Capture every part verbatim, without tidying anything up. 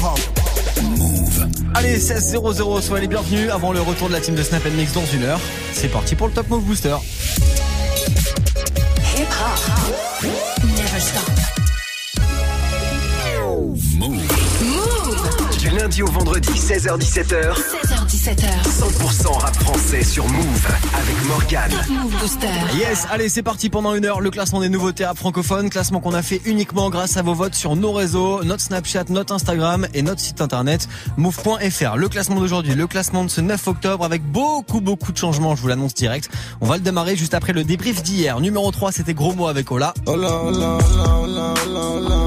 hip-hop. Move. Allez, seize zéro zéro, soyez les bienvenus avant le retour de la team de Snap and Mix dans une heure. C'est parti pour le Top Move Booster. Hip-hop. Never stop. Move. Move. Du lundi au vendredi, seize heures dix-sept heures. seize heures dix-sept heures. cent pour cent rap français sur Move avec Morgane. Top Move Booster. Yes, allez, c'est parti pendant une heure. Le classement des nouveautés rap francophones. Classement qu'on a fait uniquement grâce à vos votes sur nos réseaux, notre Snapchat, notre Instagram et notre site internet move point f r. Le classement d'aujourd'hui, le classement de ce neuf octobre avec beaucoup, beaucoup de changements. Je vous l'annonce direct. On va le démarrer juste après le débrief d'hier. Numéro trois, c'était Gros Mots avec Ola. Ola, Ola, Ola, Ola, Ola, Ola.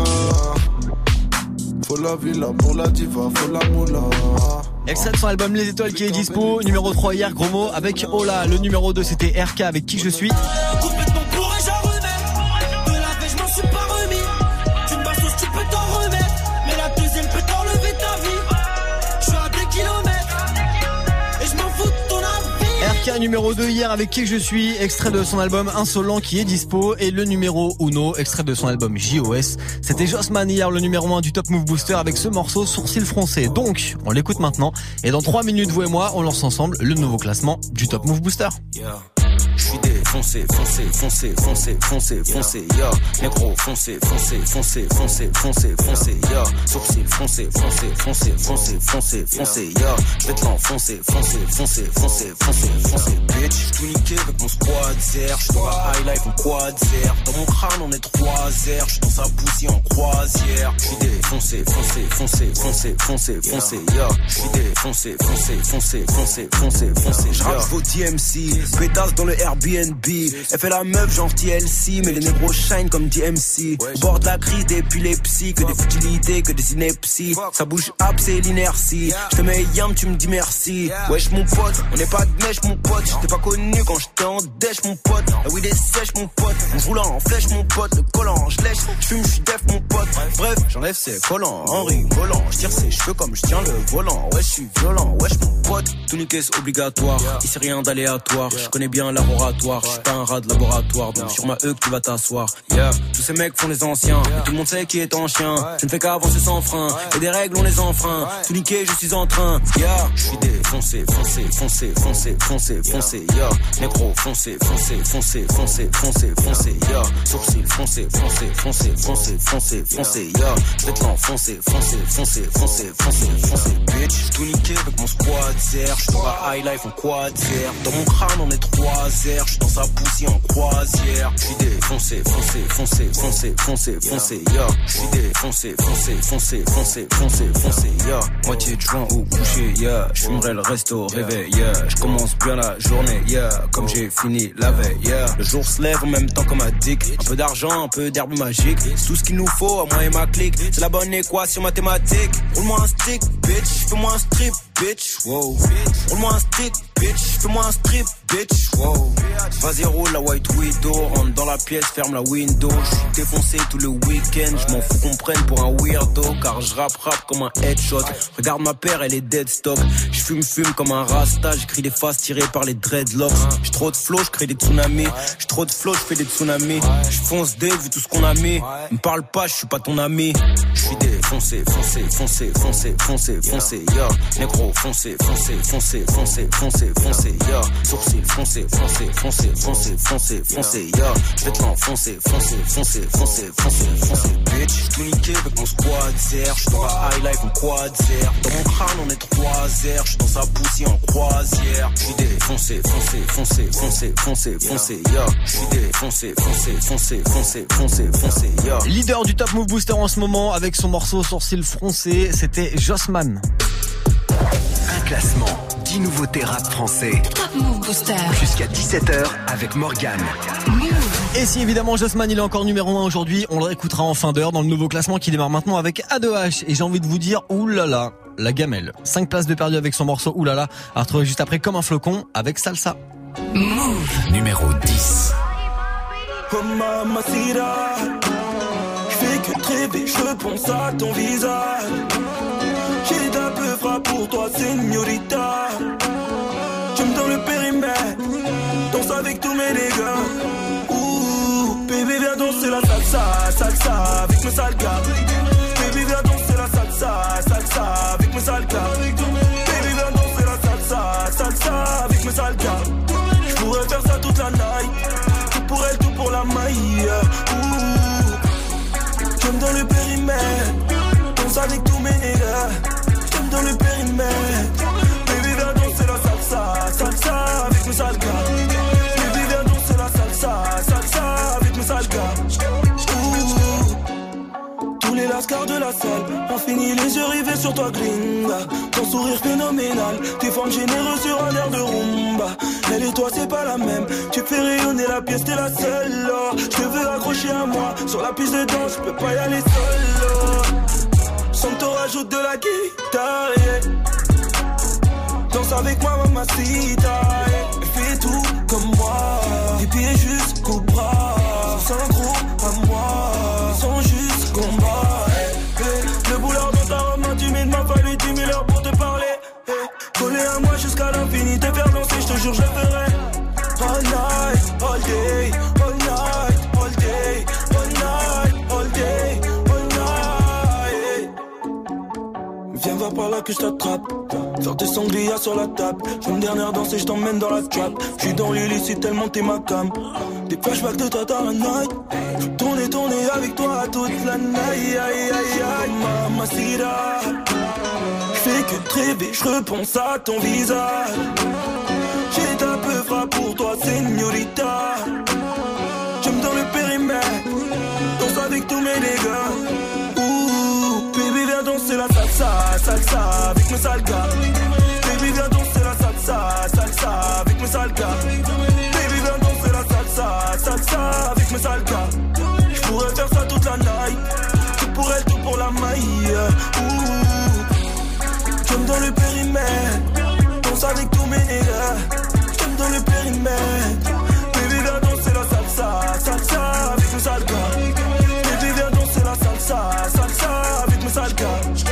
Faut la villa pour la diva, faut la moula. Extrait de son album Les Étoiles qui est dispo. Numéro trois hier, Gros Mots avec Ola. Le numéro deux, c'était R K avec Qui je suis. Complètement bourré, j'en remets. De la veille, je m'en suis pas remis. Tu me basses, tu peux t'en remettre. Mais la deuxième peut t'enlever ta vie. Je suis à des kilomètres. Et je m'en fous de ton avis. R K numéro deux hier avec Qui je suis. Extrait de son album Insolent qui est dispo. Et le numéro Uno, extrait de son album J O S. C'était Jossman hier, le numéro un du Top Move Booster avec ce morceau Sourcils froncés. Donc, on l'écoute maintenant. Et dans trois minutes, vous et moi, on lance ensemble le nouveau classement du Top Move Booster. Yeah. Je suis défoncé, foncé, foncé, foncé, foncé, foncé, ya. Négro, foncé, foncé, foncé, foncé, foncé, foncé, ya. Sourcils, foncé, foncé, foncé, foncé, foncé, foncé, ya. J'vais te l'enfoncer, foncé, foncé, foncé, foncé, foncé, bitch. J'suis tout niqué avec mon squad zer. J'suis dans la high life en quad zer. Dans mon crâne on est trois zer. J'suis dans sa bousie en croisière. J'suis défoncé, foncé, foncé, foncé, foncé, foncé, ya. J'suis défoncé, foncé, foncé, foncé, foncé, foncé, j'rappe vos D M C. Pétasse dans le Airbnb. Elle fait la meuf genre T L C. Mais les négros shine comme D M C. Au bord de la crise d'épilepsie. Que des futilités, que des inepties. Ça bouge up, c'est l'inertie. J'te mets yam, tu me dis merci. Wesh mon pote, on n'est pas de mèche mon pote. J't'ai pas connu quand j'étais en dèche mon pote. La weed est sèche mon pote. On roule en flèche mon pote. Le collant, j'lèche, j'fume, j'suis def mon pote. Bref, j'enlève ses collants en rigolant. J'tire ses cheveux comme j'tiens le volant. Wesh, j'suis violent, wesh mon pote. Tout niquer c'est obligatoire. Ici rien d'aléatoire. J'connais bien laboratoire. J'suis pas un rat de laboratoire. Donc sur ma E que tu vas t'asseoir. Yeah, tous ces mecs font les anciens. Et tout le monde sait qui est en chien. Je ne fais qu'avancer sans frein. Et des règles on les enfreint. Tout niquer je suis en train. Yeah, j'suis défoncé, foncé, foncé, foncé, foncé, foncé. Yeah, négro foncé, foncé, foncé, foncé, foncé, foncé. Yeah, sourcils foncé, foncé, foncé, foncé, foncé, foncé. Yeah, j'vais te l'enfoncer, foncé, foncé, foncé, foncé, foncé, bitch. J'suis tout niqué avec mon squad zer. J'suis dans la high life en quad zer. Dans mon crâne on est trois zer. J'suis dans sa bousie en croisière. J'suis défoncé, foncé, foncé, foncé, foncé, foncé. Yeah, j'suis défoncé, foncé, foncé, foncé, foncé, foncé. Yeah, moitié de joint au coucher. Yeah, j'fumerai le resto au réveil. Yeah, j'commence bien la journée. Yeah, comme j'ai fini la veille. Yeah, le jour se lève en même temps comme un dick. Un peu d'argent, un peu d'herbe magique. C'est tout ce qu'il nous faut à moi et ma clique. C'est la bonne équation mathématique. Roule-moi un stick, bitch. Fais-moi un strip, bitch. Wow. Roule-moi un stick, bitch. Fais-moi un strip, bitch. Wow. Vas-y roule la white widow. Rentre dans la pièce, ferme la window. J'suis défoncé tout le week-end. J'm'en fous qu'on prenne pour un weirdo. Car j'rappe rap comme un headshot. Regarde ma paire, elle est dead stock. J'fume fume comme un rasta. J'écris des faces tirées par les dreadlocks. J'ai trop de flow, j'crée des tsunamis. J'ai trop de flow, j'fais des tsunamis. J'fonce dès vu tout ce qu'on a mis. Me parle pas, j'suis pas ton ami. J'suis défoncé, foncé, foncé, foncé, foncé, foncé, ya. Négro foncé, foncé, foncé, foncé, foncé, foncé, ya. Sourcils foncé, foncé, foncé, foncé, foncé, foncé, ya. J'vais te l'enfoncer, foncé, foncé, foncé, foncé, foncé, bitch. J'suis tout niqué avec mon squad zer. J'suis dans la high life en quad zer. Dans mon crâne on est trois zer. J'suis dans sa bousie en croisière. J'suis défoncé, foncé, foncé, foncé, foncé, foncé, ya. J'suis défoncé, foncé, foncé, foncé, foncé, foncé, ya. Leader du Top Move Booster en ce moment avec son morceau Sourcils froncés, c'était Jossman. Un classement, dix nouveautés rap français. Top Move Booster. Jusqu'à dix-sept heures avec Morgane. Et si évidemment Jossman il est encore numéro un aujourd'hui, on le réécoutera en fin d'heure dans le nouveau classement qui démarre maintenant avec A deux H. Et j'ai envie de vous dire, oulala, la gamelle. cinq places de perdu avec son morceau oulala, à retrouver juste après Comme un flocon avec Salsa. Move. Numéro dix. Oh mamacita, j'fais que te rêver, je pense à ton visage. J'ai d'un peu frappe pour toi, señorita. Tu me donnes le périmètre, danse avec tous mes dégâts. Ouh, baby viens danser la salsa, salsa avec le sale gars. Baby viens danser la salsa, salsa J'aime dans le périmètre, danse avec tous mes nègres. J'aime dans le périmètre. Baby viens danser la salsa, salsa avec mes sales gars. Baby viens danser la salsa, salsa avec mes sales gars. Tous les lascars de la salle ont fini les yeux rivés sur toi gringa. Ton sourire phénoménal, tes formes généreuses sur un air de rumba. Elle et toi c'est pas la même, tu fais rayonner la pièce, t'es la seule oh. Je te veux accrocher à moi, sur la piste de danse, je peux pas y aller seul oh. Sans te rajoute de la guitare yeah. Danse avec moi mamacita yeah. Fais tout comme moi, tes pieds jusqu'au bras. Sans gros à moi, sans juste combat hey, hey. Le boulard dans ta robe intimide m'a fallu dix mille heures pour te parler hey. Coller à moi jusqu'à l'infini, te faire danser, je te jure je le ferai. All night, all day, all night, all day, all night, all day, all night. Viens voir par là que je t'attrape. Sors tes sangria sur la table. Je me dernière danse et je t'emmène dans la trap. J'suis dans l'illicite tellement t'es ma cam. Des flashbacks de toi dans la night. Je tourner, tourner avec toi toute la night. Aïe, aïe, aïe, aïe, mamacita. J'fais que de rêver, j'repense à ton visage. J'ai ta peu frappe pour toi, señorita. J'aime dans le périmètre. Danse avec tous mes dégâts. Ouh, baby viens danser la salsa, salsa avec mes sales gars. Baby viens danser la salsa, salsa avec mes sales gars. Baby viens danser la salsa, salsa avec mes sales gars. J'pourrais faire ça toute la night. Tout pour elle, tout pour la maille. Ouh, j'aime dans le périmètre. Danse avec tous mes nègres. J'aime dans le périmètre. Baby viens danser la salsa, salsa avec mes sales gars. Baby viens danser la salsa, salsa avec mes sales gars.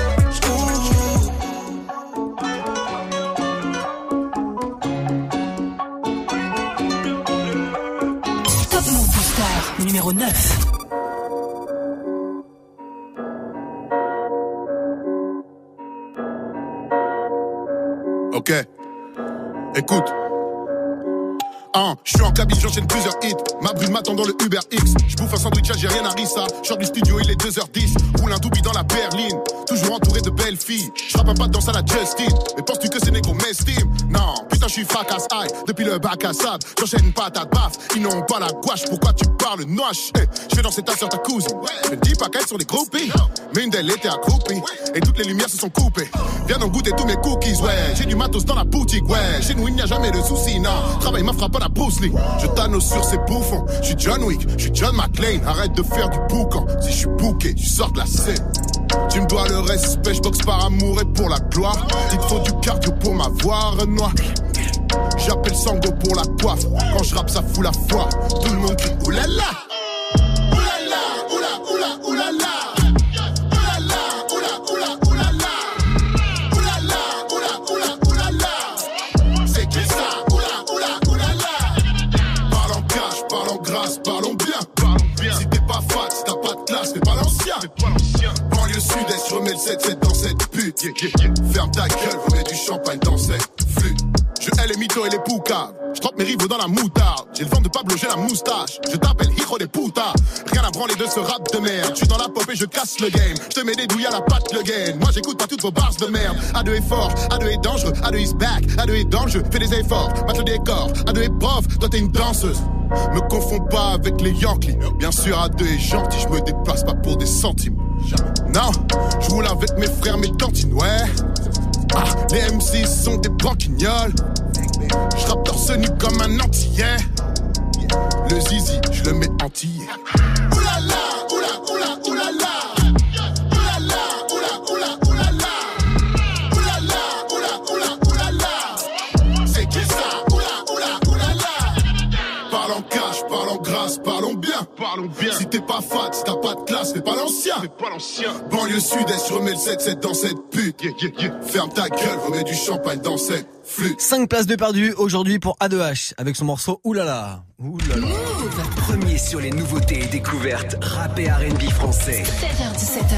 Top Move Booster numéro neuf. Ok, écoute. Hein, je suis en cabine, j'enchaîne plusieurs hits. Ma brune m'attend dans le Uber X. Je bouffe un sandwich, j'ai rien à rissa. Je sors du studio, il est deux heures dix. Roule un doubi dans la berline. Toujours entouré de belles filles. Je rappe un pas de danse à la Justin. Mais penses-tu que ces négros m'estiment? Non, putain, je suis fracasse high. Depuis le bac à sable, j'enchaîne pas ta baffe. Ils n'ont pas la gouache, pourquoi tu parles noche? Hey, je vais danser ta soeur, ta cousine. Je ne dis pas qu'elles sont des groupies, mais une d'elles était accroupie. Et toutes les lumières se sont coupées. Viens donc goûter tous mes cookies, ouais. J'ai du matos dans la boutique, ouais. Chez nous, il n'y a jamais de soucis, non. Travail m'a frappé à la Bruce Lee. Je t'annonce sur ces bouffons. Je suis John Wick, je suis John McClane. Arrête de faire du boucan. Si je suis bouqué, tu sors de la scène. Tu me dois le respect, je boxe par amour et pour la gloire. Il te faut du cardio pour m'avoir, Renoir. J'appelle Sango pour la coiffe. Quand je rappe, ça fout la foi. Tout le monde crie oulala. Oulala, oula, oula, oulala. Parlons bien, parlons bien. Si t'es pas fat, si t'as pas de classe, t'es pas l'ancien. Banlieue sud-est, je remets le sept sept dans cette pute. Yeah, yeah, yeah. Ferme ta gueule, remets du champagne dans cette flûte. Je hais les mythos et les poucaves. Je trempe mes rivaux dans la moutarde. J'ai le vent de Pablo, j'ai la moustache. Je t'appelle hijo des putas. Rien à branler de ce rap de merde. Je suis dans la pop et je casse le game. Je te mets des douilles à la patte le gain. Moi j'écoute pas toutes vos bars de merde. A deux est fort, A deux est dangereux, A deux is back, A deux est dans le jeu. Fais des efforts, mate le décor. A deux est prof, toi t'es une danseuse. Me confonds pas avec les Yankees. Bien sûr A deux est gentil, je me déplace pas pour des centimes. Non, je roule avec mes frères, mes cantines, ouais. Ah, les M C sont des branquignoles. Je rappe torse nu comme un antillais. Le zizi, je le mets entier. Oulala, oula, oula, oulala. Oulala, oula, oula, oulala. Oulala, oula, oula, oulala. C'est qui ça? Oula, oula, oulala. Parle en cash, parle en grâce, parlons bien. Parlons bien. Si t'es pas fat, si t'as pas de classe, t'es pas l'ancien. T'es pas l'ancien. Banlieue sud-est, je remets le sept sept dans cette pute. Yeah, yeah, yeah. Ferme ta gueule, remets du champagne dans cette flûte. cinq places de perdu aujourd'hui pour A deux H avec son morceau Oulala. Oulala. Premier sur les nouveautés et découvertes rap et R and B français. sept heures dix-sept heures. Top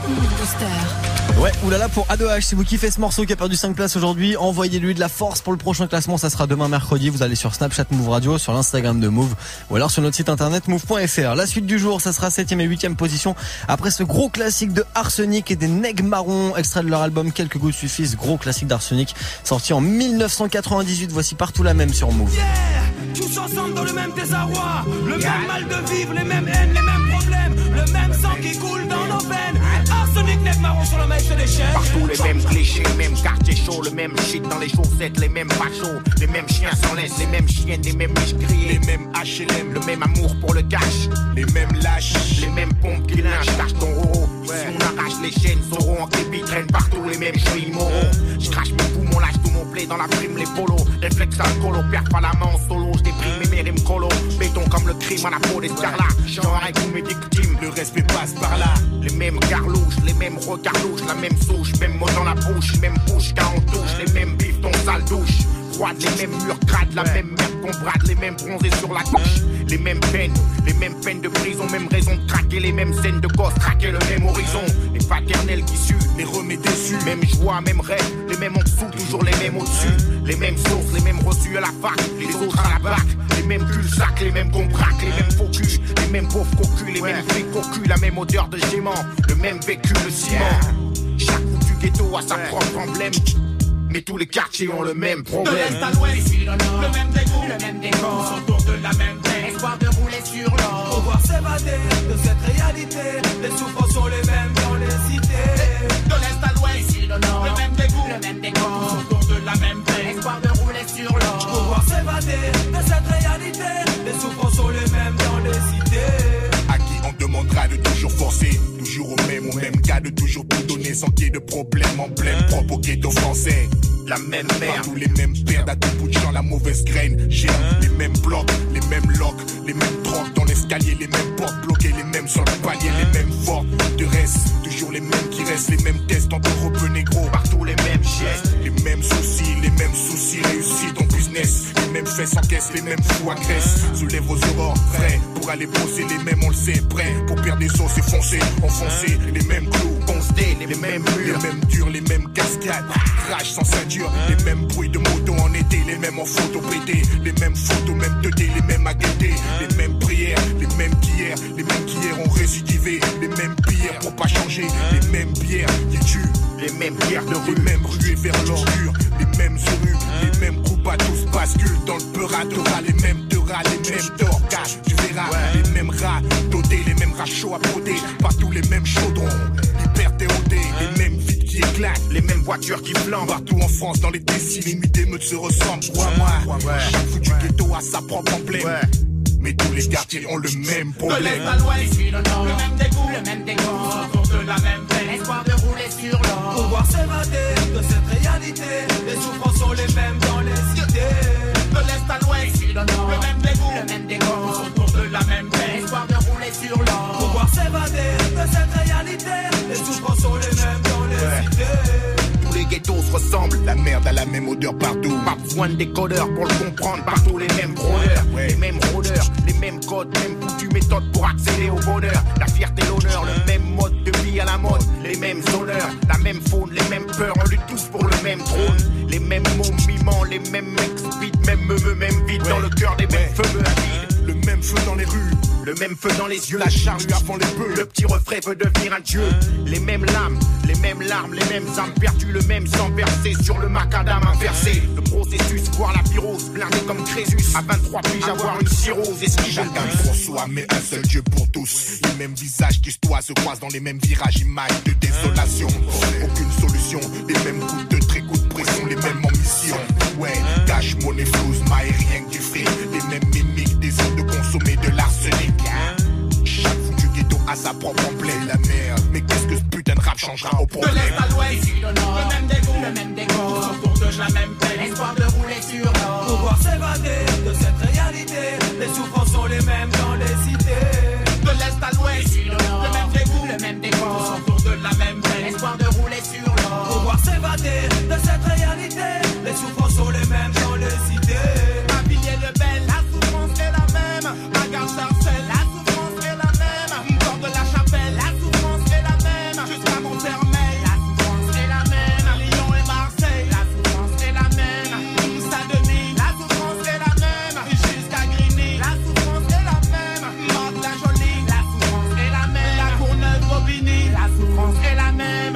Move Booster. Ouais, oulala pour A deux H, si vous kiffez ce morceau qui a perdu cinq places aujourd'hui, envoyez-lui de la force pour le prochain classement, ça sera demain mercredi, vous allez sur Snapchat Move Radio, sur l'Instagram de Move, ou alors sur notre site internet move point f r. La suite du jour, ça sera septième et huitième position, après ce gros classique de Arsenic et des Nègres Marrons, extrait de leur album Quelques gouttes suffisent, gros classique d'Arsenic, sorti en dix-neuf cent quatre-vingt-dix-huit, voici Partout la même sur Move. Yeah, tous ensemble dans le même désarroi, le yeah. même mal de vivre, les mêmes haines, les mêmes problèmes, le même sang qui coule dans nos veines. Arsenic, Nègres Marrons sur le mec de l'échelle. Partout les mêmes clichés, les mêmes quartiers chauds, le même shit dans les chaussettes, les mêmes fachos, les mêmes chiens sans laisse, les mêmes chiennes, les mêmes biches grillées, les mêmes H L M, le même amour pour le cash, les mêmes lâches, les mêmes pompes qui lynchent, cache ton roro. Ouais. Si on arrache les chaînes, sauront en képi, traînent partout les mêmes jouis moraux. Je crache mes poumons, lâche tout mon blé dans la prime, les polos, réflexe alcoolo, perf à la main en solo, je déprime mes rimes colo, béton comme le crime à la peau d'escarlat, j'en arrête tous mes victimes, le respect passe par là, les mêmes garlouches, les mêmes regards louches, la même souche, même mot dans la bouche, même bouche quand on touche, les mêmes bifs, ton sale douche. Froide, les mêmes murs crades, la ouais. même merde qu'on brade, les mêmes bronzés sur la touche, les mêmes peines, les mêmes peines de prison, même raison de craquer, les mêmes scènes de gosses, traquer le même horizon, les paternels qui suent, les remets déçus, même joie, même rêve, les mêmes en dessous, toujours les mêmes au-dessus, les mêmes sources, les mêmes reçus à la fac, les autres à la bac, les mêmes cul-sac, les mêmes qu'on braque, les mêmes faux culs, les mêmes pauvres cocus, les ouais. mêmes flics cocus, la même odeur de gément, le même vécu, le ciment, chaque bout du ghetto a sa ouais. propre emblème. Mais tous les quartiers ont le même problème. De l'est à l'ouest, ici le nord, le même dégoût, le même décor, autour de la même peine, espoir de rouler sur l'or. Pouvoir s'évader de cette réalité, les souffrances sont les mêmes dans les cités. De l'est à l'ouest, ici le nord, le même dégoût, le même décor, autour de la même peine, espoir de rouler sur l'or. Pouvoir s'évader de cette réalité, les souffrances sont les mêmes dans les cités. À qui on demandera de toujours forcer, toujours au même, au même cas, de toujours tout donner sans qu'il y ait de problème, emblème propre au ghetto français. La même merde, tous les mêmes pertes à tout bout de champ, la mauvaise graine. J'ai les mêmes blocs, les mêmes locks, les mêmes drogues dans l'escalier, les mêmes portes bloquées, les mêmes sur le palier, les mêmes fortes de reste, toujours les mêmes qui restent, les mêmes tests entre rebeux négro, partout les mêmes gestes, les mêmes soucis, les mêmes soucis réussis dans business, les mêmes fesses en caisse, les mêmes fous agressent, soulève vos aurores, frais, pour aller bosser, les mêmes on le sait, prêts, pour perdre des os et foncer, enfoncer, les mêmes clous, poncer, les, les mêmes murs, les mêmes durs, les mêmes cascades, crash sans ceinture. Les mêmes bruits de moto en été, les mêmes en photo pété, les mêmes photos, même deux D, les mêmes à guetter, les mêmes prières, les mêmes qu'hier, les mêmes qu'hier ont récidivé, les mêmes prières pour pas changer, les mêmes bières qui tuent, les mêmes bières de rue, les mêmes ruées vers l'ordure, les mêmes rues, les mêmes groupes à tous basculent dans le peurat, t'auras les mêmes te rats, les mêmes d'orgas, tu verras, les mêmes rats dotés, les mêmes rats chauds à broder, partout les mêmes chaudrons, hyper théodés, les mêmes vides qui éclatent, les mêmes voitures qui flambent, partout en France, dans les déciles, les nuits d'émeutes se ressemblent, crois-moi, chaque foutu ghetto a sa propre emblème. Mais tous les quartiers ont le même problème. De l'est à l'ouest, ici le nord, le même dégoût, le même décor, autour de la même peine, espoir de rouler sur l'or. Pouvoir s'évader de cette réalité, les souffrances sont les mêmes dans les cités. De l'est à l'ouest, ici le nord, le même dégoût, le même décor, autour de la même peine, espoir de rouler sur l'or. Pouvoir s'évader de cette réalité, les souffrances sont les mêmes dans les ouais. cités. Tous les ghettos se ressemblent, la merde a la même odeur partout. Pas besoin de décodeurs pour le comprendre, partout les mêmes rôdeurs, ouais. les mêmes rôdeurs, les mêmes codes, même foutues méthodes pour accéder au bonheur. La fierté, l'honneur, le même mode de vie à la mode, les mêmes honneurs, la même faune, les mêmes peurs, on lutte tous pour le même trône. Les mêmes mots mimants, les mêmes mecs speed, même me, même vide ouais. dans le cœur des mêmes ouais. feux avides. Le même feu dans les rues, le même feu dans les yeux, la charrue avant les bœufs, le petit refrain veut devenir un dieu. Les mêmes lames, les mêmes larmes, les mêmes âmes perdues, le même sang versé sur le macadam inversé. Le processus, voir la virose, blindé comme Crésus. À vingt-trois puis avoir une cirrhose, esquive chacun pour soi, mais un seul Dieu pour tous. Les mêmes visages qui se se croisent dans les mêmes virages, images de désolation. Aucune solution, les mêmes coups de trait, coups de pression, les mêmes ambitions. Ouais, cash, monnaie, flouze, maille, rien que du fric. Les mêmes mimiques, désir de consommer de l'arsenic. Chaque foutu ghetto a sa propre emblème, la merde. Mais qu'est-ce que ce putain de rap changera au problème? De l'est à l'ouest, ici le nord, le même dégoût, le même décor, autour de la même peine, espoir de rouler sur l'or. Pouvoir s'évader de cette réalité, les souffrances sont les mêmes dans les cités. De l'est à l'ouest, ici le nord, le même dégoût, le même décor, autour de la même peine, espoir de rouler sur l'or. Pouvoir s'évader de cette réalité, les souffrances sont les mêmes dans les cités. À Villiers-le-Bel, la souffrance est la même. À Gare-Sarcelles, la souffrance est la même. Bord de la Chapelle, la souffrance est la même. Jusqu'à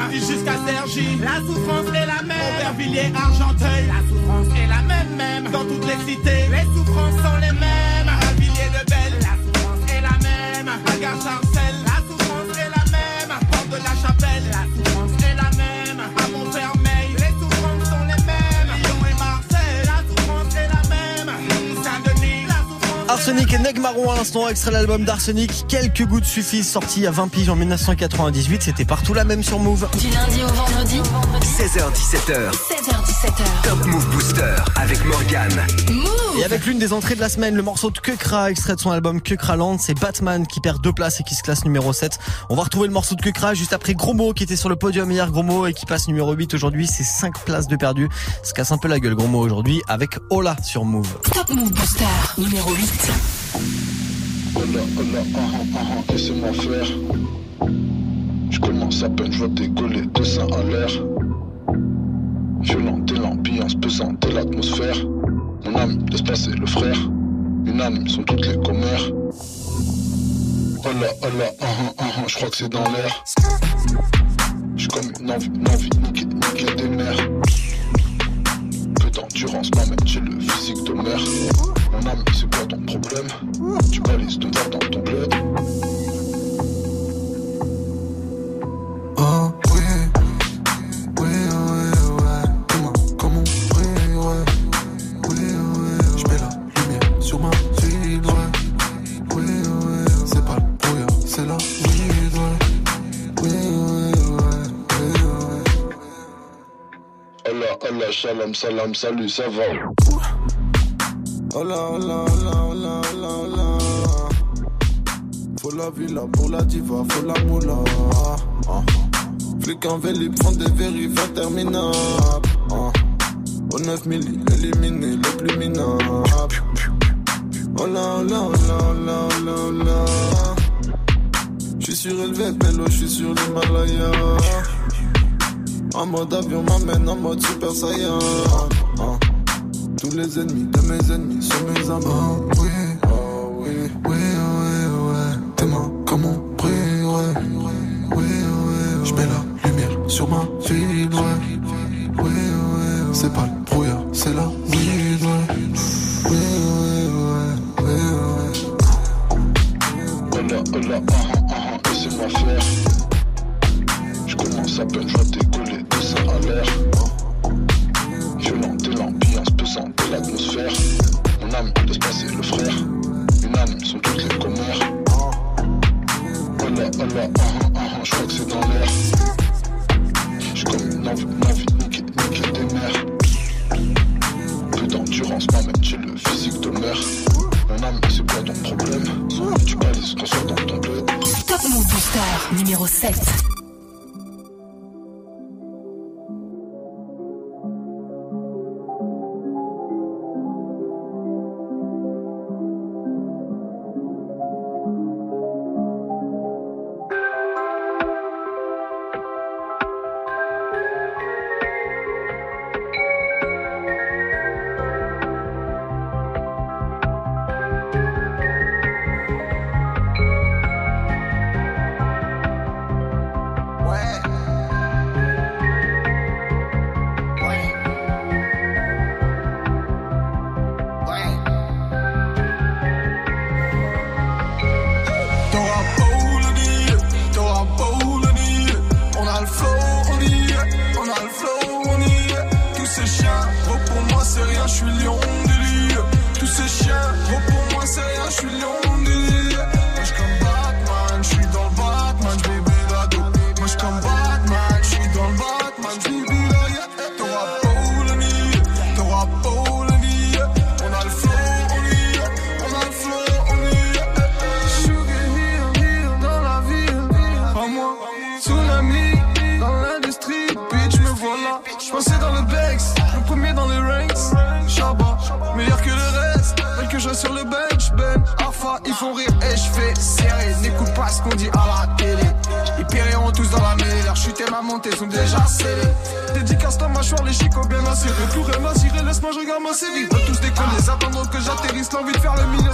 jusqu'à Cergy, la souffrance est la même. Aubervilliers, Argenteuil, la souffrance est la même, même. Dans toutes les cités, les souffrances sont les mêmes. À Villiers-le-Bel, la souffrance est la même. À Gare-Sarcelles, la souffrance est la même. À Porte de la Chapelle, la souffrance est la même. À Montfermeil, les souffrances sont les mêmes. Lyon et Marseille, la souffrance est la même. Saint-Denis, la souffrance. Arsenic et Neg Marron à l'instant, extrait l'album d'Arsenic. Quelques gouttes suffisent, sorti à vingt piges en dix-neuf cent quatre-vingt-dix-huit. C'était partout la même sur Move. Du lundi au vendredi. seize heures dix-sept heures. seize heures dix-sept heures. Top Move Booster avec Morgane. Move. Et avec l'une des entrées de la semaine, le morceau de Kukra, extrait de son album Kukra Land, c'est Batman qui perd deux places et qui se classe numéro sept. On va retrouver le morceau de Kukra juste après Gros Mot qui était sur le podium hier, Gros Mot, et qui passe numéro huit aujourd'hui. C'est cinq places de perdu. Se casse un peu la gueule Gros Mot aujourd'hui avec Ola sur Move. Top Move Booster numéro huit. Hola, hola, ah, ah, ah, laissez-moi faire. Je commence à peine, je vois décoller deux seins à l'air. Violente et l'ambiance pesante et l'atmosphère. Mon ami, laisse passer le frère. Unanimes sont toutes les commères. Hola, hola, ah, ah, ah, je crois que c'est dans l'air. J'suis comme une envie, une envie, niquer, niquer des mères. Peu d'endurance m'amène, j'ai le physique de mer. Mon ami, c'est quoi ton problème? Tu balises ton verre dans ton bled. Oh oui, oui, oui, ouais. Dis-moi comment on prie, ouais. Oui, oui, j'mets la lumière sur ma ville, ouais. Oui, oui, c'est pas le brouillard, c'est la weed, ouais. Oui, oui, ouais, oui, ouais. Allah, Allah, shalom, salam, salut, ça va. Hola, hola, hola, hola, hola, hola. Faut la villa pour la diva, faut la moula. Ah. Flic en vélib font des vérifs interminables. Ah. Au neuf milli, éliminé le plus minable. Hola, hola, hola, hola, hola, hola. J'suis surélevé, pélo, j'suis sur l'Himalaya. En mode avion m'amène en mode super saiyan. Ah. Tous les ennemis de mes ennemis sont mes amis. Oh oui, oh oui, oui, oui, ouais. Tes mains comme on prie, ouais. Oui, oui, j'mets la lumière sur ma ville, ouais. Oui, oui, c'est pas le brouillard, c'est la weed, ouais. Oui, oui, ouais, oui, ouais. Hola, hola, ah, ah, ah, laissez-moi faire. J'commence à peine, j'vois décoller tout ça à l'air. Violente et l'ambiance pesante et l'atmosphère. Mon ami, laisse passer le frère. Unanimes sont toutes les commères. Hola, hola, ah, ah, ah, je crois que c'est dans l'air. J'suis comme une envie, une envie, niquer, niquer des mères. Peu d'endurance m'amène, j'ai le physique de mer. Mon ami, c'est quoi ton problème? Tu balises qu'on soit dans ton bled. Top Move Booster numéro sept.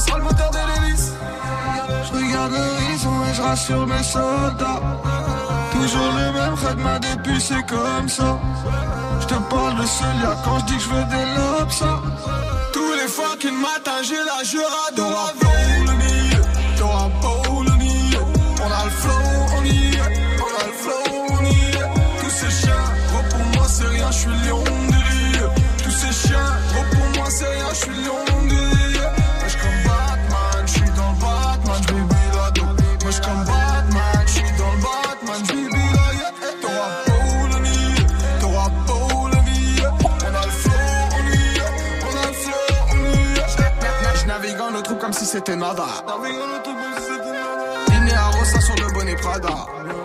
Sur mes soldats, Toujours les mêmes rythmes depuis c'est comme ça. J'te parle de Celia quand j'dis que j'veux des lobes ça. Tous les fucking matins j'ai la jura de la vie. T'auras beau le nier, on a le flow, on y est. On a le flow, on y est. Tous ces chiens, gros pour moi c'est rien, j'suis lion de l'île. Tous ces chiens, gros pour moi c'est rien, j'suis lion de l'île. Moi j'comme Batman, j'suis dans le Batman, j'baby la dos. Moi j'comme Batman, j'suis dans le Batman, j'baby la yeah. T'auras beau le nier, t'auras beau le nier. On a le flow, on y est. On a le flow, on y est. J'navigue en autre comme si c'était nada. J'navigue en autre comme si c'était nada. Liné à Rossa sur le bonnet Prada.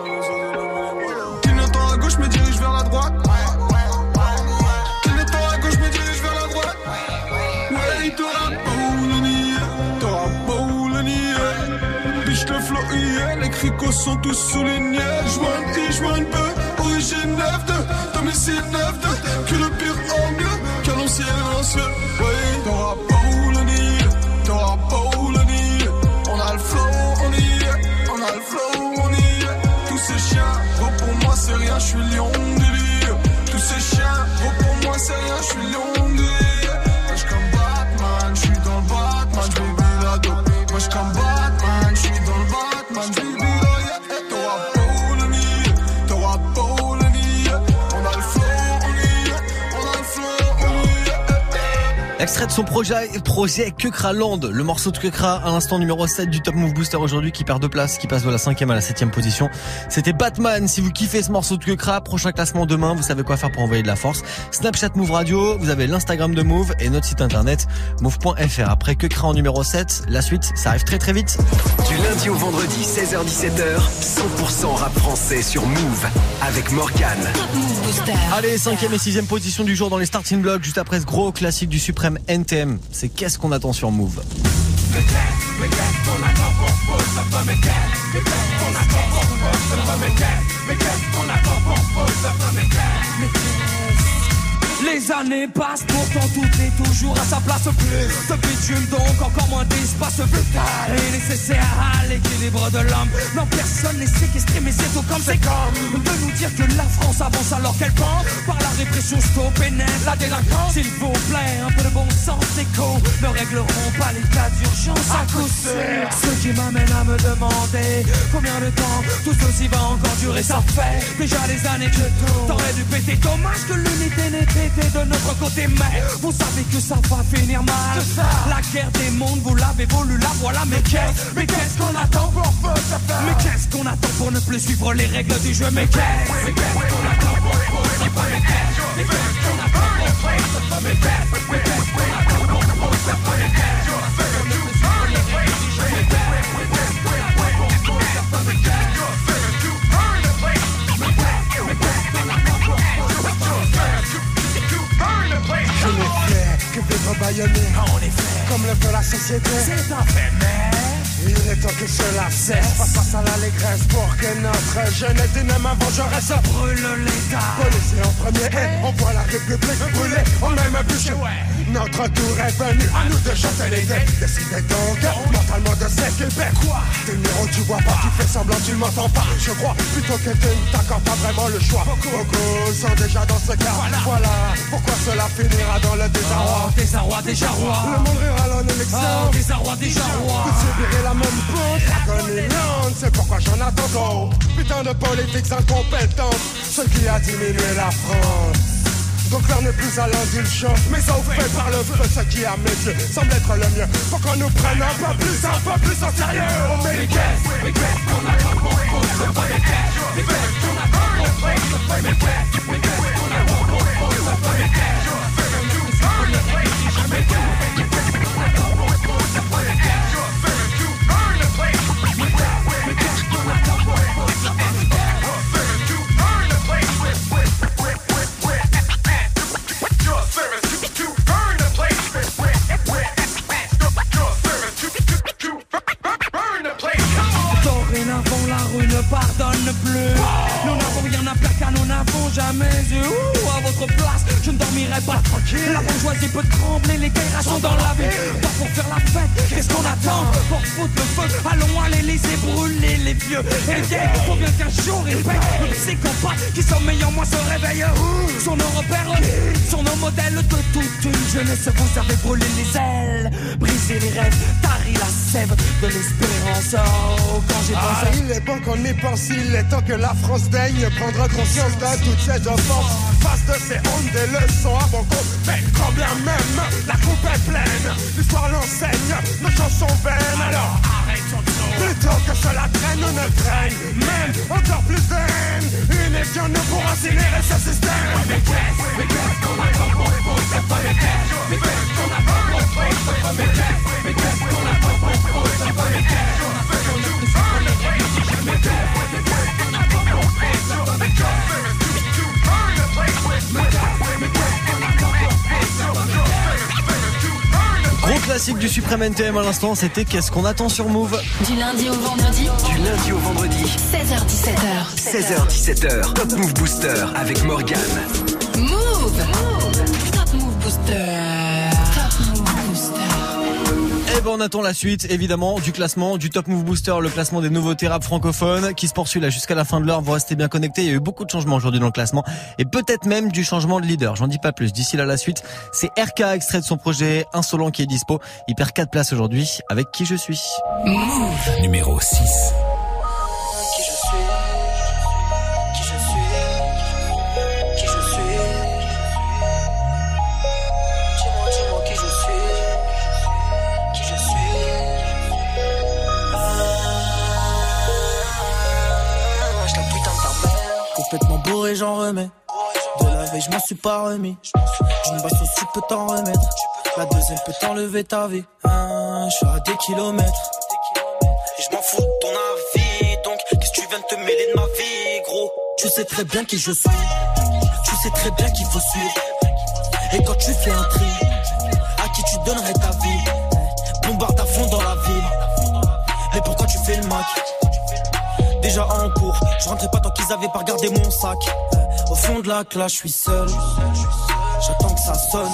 Clignotant à gauche, me dirige vers la droite. Clignotant à gauche, me dirige vers la droite. Ouais, t'auras beau le nier, t'auras beau le nier. Biche le flow hier, les cricos sont tous soulignés. J'vois un petit, j'vois une peu, origine neuf deux, domicile neuf deux. Que le pire en mieux, qu'à l'ancien l'ancien. Ouais, t'auras beau le nier, t'auras beau le nier. On a le flow, on y est, on a le flow, on y est. Tous ces chiens, gros pour moi c'est rien, j'suis lion de l'île. Tous ces chiens, gros pour moi c'est rien, j'suis lion de l'île. Moi j'comme Batman, j'suis dans le Batman, j'baby la dos. Moi j'comme Batman, j'suis dans le Batman, j'baby la yeah. T'auras beau le nier, t'auras beau le nier. On a le flow, on y est, on a le flow, on y est. Extrait de son projet, projet Keukraland, le morceau de Keukra à l'instant numéro sept du Top Move Booster aujourd'hui qui perd deux places, qui passe de la cinquième à la septième position. C'était Batman. Si vous kiffez ce morceau de Keukra, prochain classement demain, vous savez quoi faire pour envoyer de la force. Snapchat Move Radio, vous avez l'Instagram de Move et notre site internet move point f r. Après Keukra en numéro sept, la suite, ça arrive très très vite. Du lundi au vendredi, seize heures dix-sept heures, cent pour cent rap français sur Move avec Morgane. Top Move Booster. Allez, cinquième et sixième position du jour dans les starting blocks, juste après ce gros classique du suprême N T M. C'est qu'est-ce qu'on attend sur Move. Les années passent, pourtant tout est toujours à sa place. Plus de bitume, donc encore moins d'espace vital est nécessaire à l'équilibre de l'homme. Non, personne n'est séquestré, mais c'est tout comme c'est comme de nous dire que la France avance alors qu'elle pense. Par la répression, stop pénètre la délinquance. S'il vous plaît, un peu de bon sens écho ne régleront pas les cas d'urgence à coup sûr. Ce qui m'amène à me demander combien de temps tout ceci va encore durer. Ça fait déjà des années que tout t'aurais dû péter. Dommage que l'unité n'ait pété de notre côté, mais vous savez que ça va finir mal. La guerre des mondes, vous l'avez voulu, la voilà. Mais qu'est-ce, mais qu'est-ce qu'on attend pour Mais qu'est-ce qu'on attend pour ne plus suivre les règles du jeu? Mais qu'est-ce, mais qu'est-ce qu'on attend pour Mais qu'est-ce, mais qu'est-ce qu'on attend pour Mais qu'est-ce, mais qu'est-ce qu'on attend pour Mais qu'est-ce, Je n'ai fait que vivre bâillonné, en effet, comme le veut la société. c'est un fait, mais Il est temps que cela cesse. Face face à l'allégresse pour que notre jeunesse dyname vengeresse brûle l'État. Policier en premier, et on voit la République brûler au même bûcher. Notre tour est venu, à nous de chanter les dés. Décidez donc, mentalement de s'équiper. Quoi T'es numéro, tu vois pas, tu fais semblant, tu m'entends pas. Je crois plutôt que tu ne t'accordes pas vraiment le choix. Beaucoup sont déjà dans ce cas. Voilà, voilà pourquoi cela finira dans le désarroi. Oh, désarroi, déjà roi. Le monde rural en élection. Oh, désarroi, déjà roi. Vous subirez la même faute, la connivence, c'est pourquoi j'en attends trop. Putain de politiques incompétentes, ce qui a diminué la France. Donc l'heure n'est plus à l'indulgence, mais ça vous fait par le feu, ce qui à mes yeux semble être le mieux. Faut qu'on nous prenne un peu plus, un peu plus en sérieux. Oh mais les caisses, les caisses qu'on attend pour c'est pas les caisses, les caisses qu'on attend pour c'est pas les caisses, les caisses qu'on attend pour c'est pas les caisses. Dorénavant la rue ne pardonne plus. Nous n'avons j'espère qu'à nous n'avons jamais eu. Ouh, à votre place, je ne dormirai pas tranquille. La bourgeoisie peut trembler, les guerres sont dans la ville. Pas pour faire la fête, qu'est-ce qu'on attend? Pour foutre le feu, allons à l'Élysée brûler les vieux et les vieilles. Faut bien qu'un jour ils payent. Le psychopathe qui sommeille en moi se réveille. Ouh, sur nos repères, sur nos modèles de toute une jeunesse. Vous avez brûlé les ailes, brisé les rêves, tari la sève de l'espérance. Oh, quand j'ai pensé ah, il est bon qu'on y pense, il est temps que la France daigne prendre conscience de toutes ces offenses. Face de ces hontes, des leçons à bon compte. Mais quand bien même, la coupe est pleine. L'histoire l'enseigne, nos chansons vaines. Alors arrêtons tout. Plutôt que cela traîne, on ne traîne même encore plus de haine. Une évion nous pour incinérer ce système. Mais qu'est-ce, mais qu'est-ce qu'on a pas pour pour ce premier test? Mais qu'est-ce qu'on a pas pour pour ce premier test? Mais qu'est-ce qu'on a pas pour pour ce premier test? Gros classique du Supreme N T M à l'instant, c'était Qu'est-ce qu'on attend sur Move. Du lundi au vendredi. Du lundi au vendredi. seize heures dix-sept heures. seize heures dix-sept heures. Top Move Booster avec Morgane. Move. Move. Top Move Booster. Top Move Booster. Et ben on attend la suite évidemment du classement du Top Move Booster, le classement des nouveautés rap francophones qui se poursuit là jusqu'à la fin de l'heure. Vous restez bien connectés, il y a eu beaucoup de changements aujourd'hui dans le classement et peut-être même du changement de leader. J'en dis pas plus. D'ici là la suite, c'est R K extrait de son projet Insolent qui est dispo. Il perd quatre places aujourd'hui avec Qui je suis. Move. Numéro six. Qui je suis, qui je suis, qui je suis. Dis-moi, dis-moi qui je suis, qui je suis. Ah, je la putain de ta mère. Complètement bourré, j'en remets. De la veille, je m'en suis pas remis. Une basse aussi peut t'en remettre. La deuxième peut t'enlever ta vie. Ah, je suis à des kilomètres. Et je m'en fous de ton avis. Donc, qu'est-ce que tu viens de te mêler de ma vie, gros? Tu sais très bien qui je suis. Tu sais très bien qu'il faut suivre. Et quand tu fais un tri, à qui tu donnerais ta vie? Bombarde à fond dans la ville. Mais pourquoi tu fais le Mac? Déjà en cours, je rentrais pas tant qu'ils avaient pas regardé mon sac. Au fond de la classe, je suis seul. J'attends que ça sonne.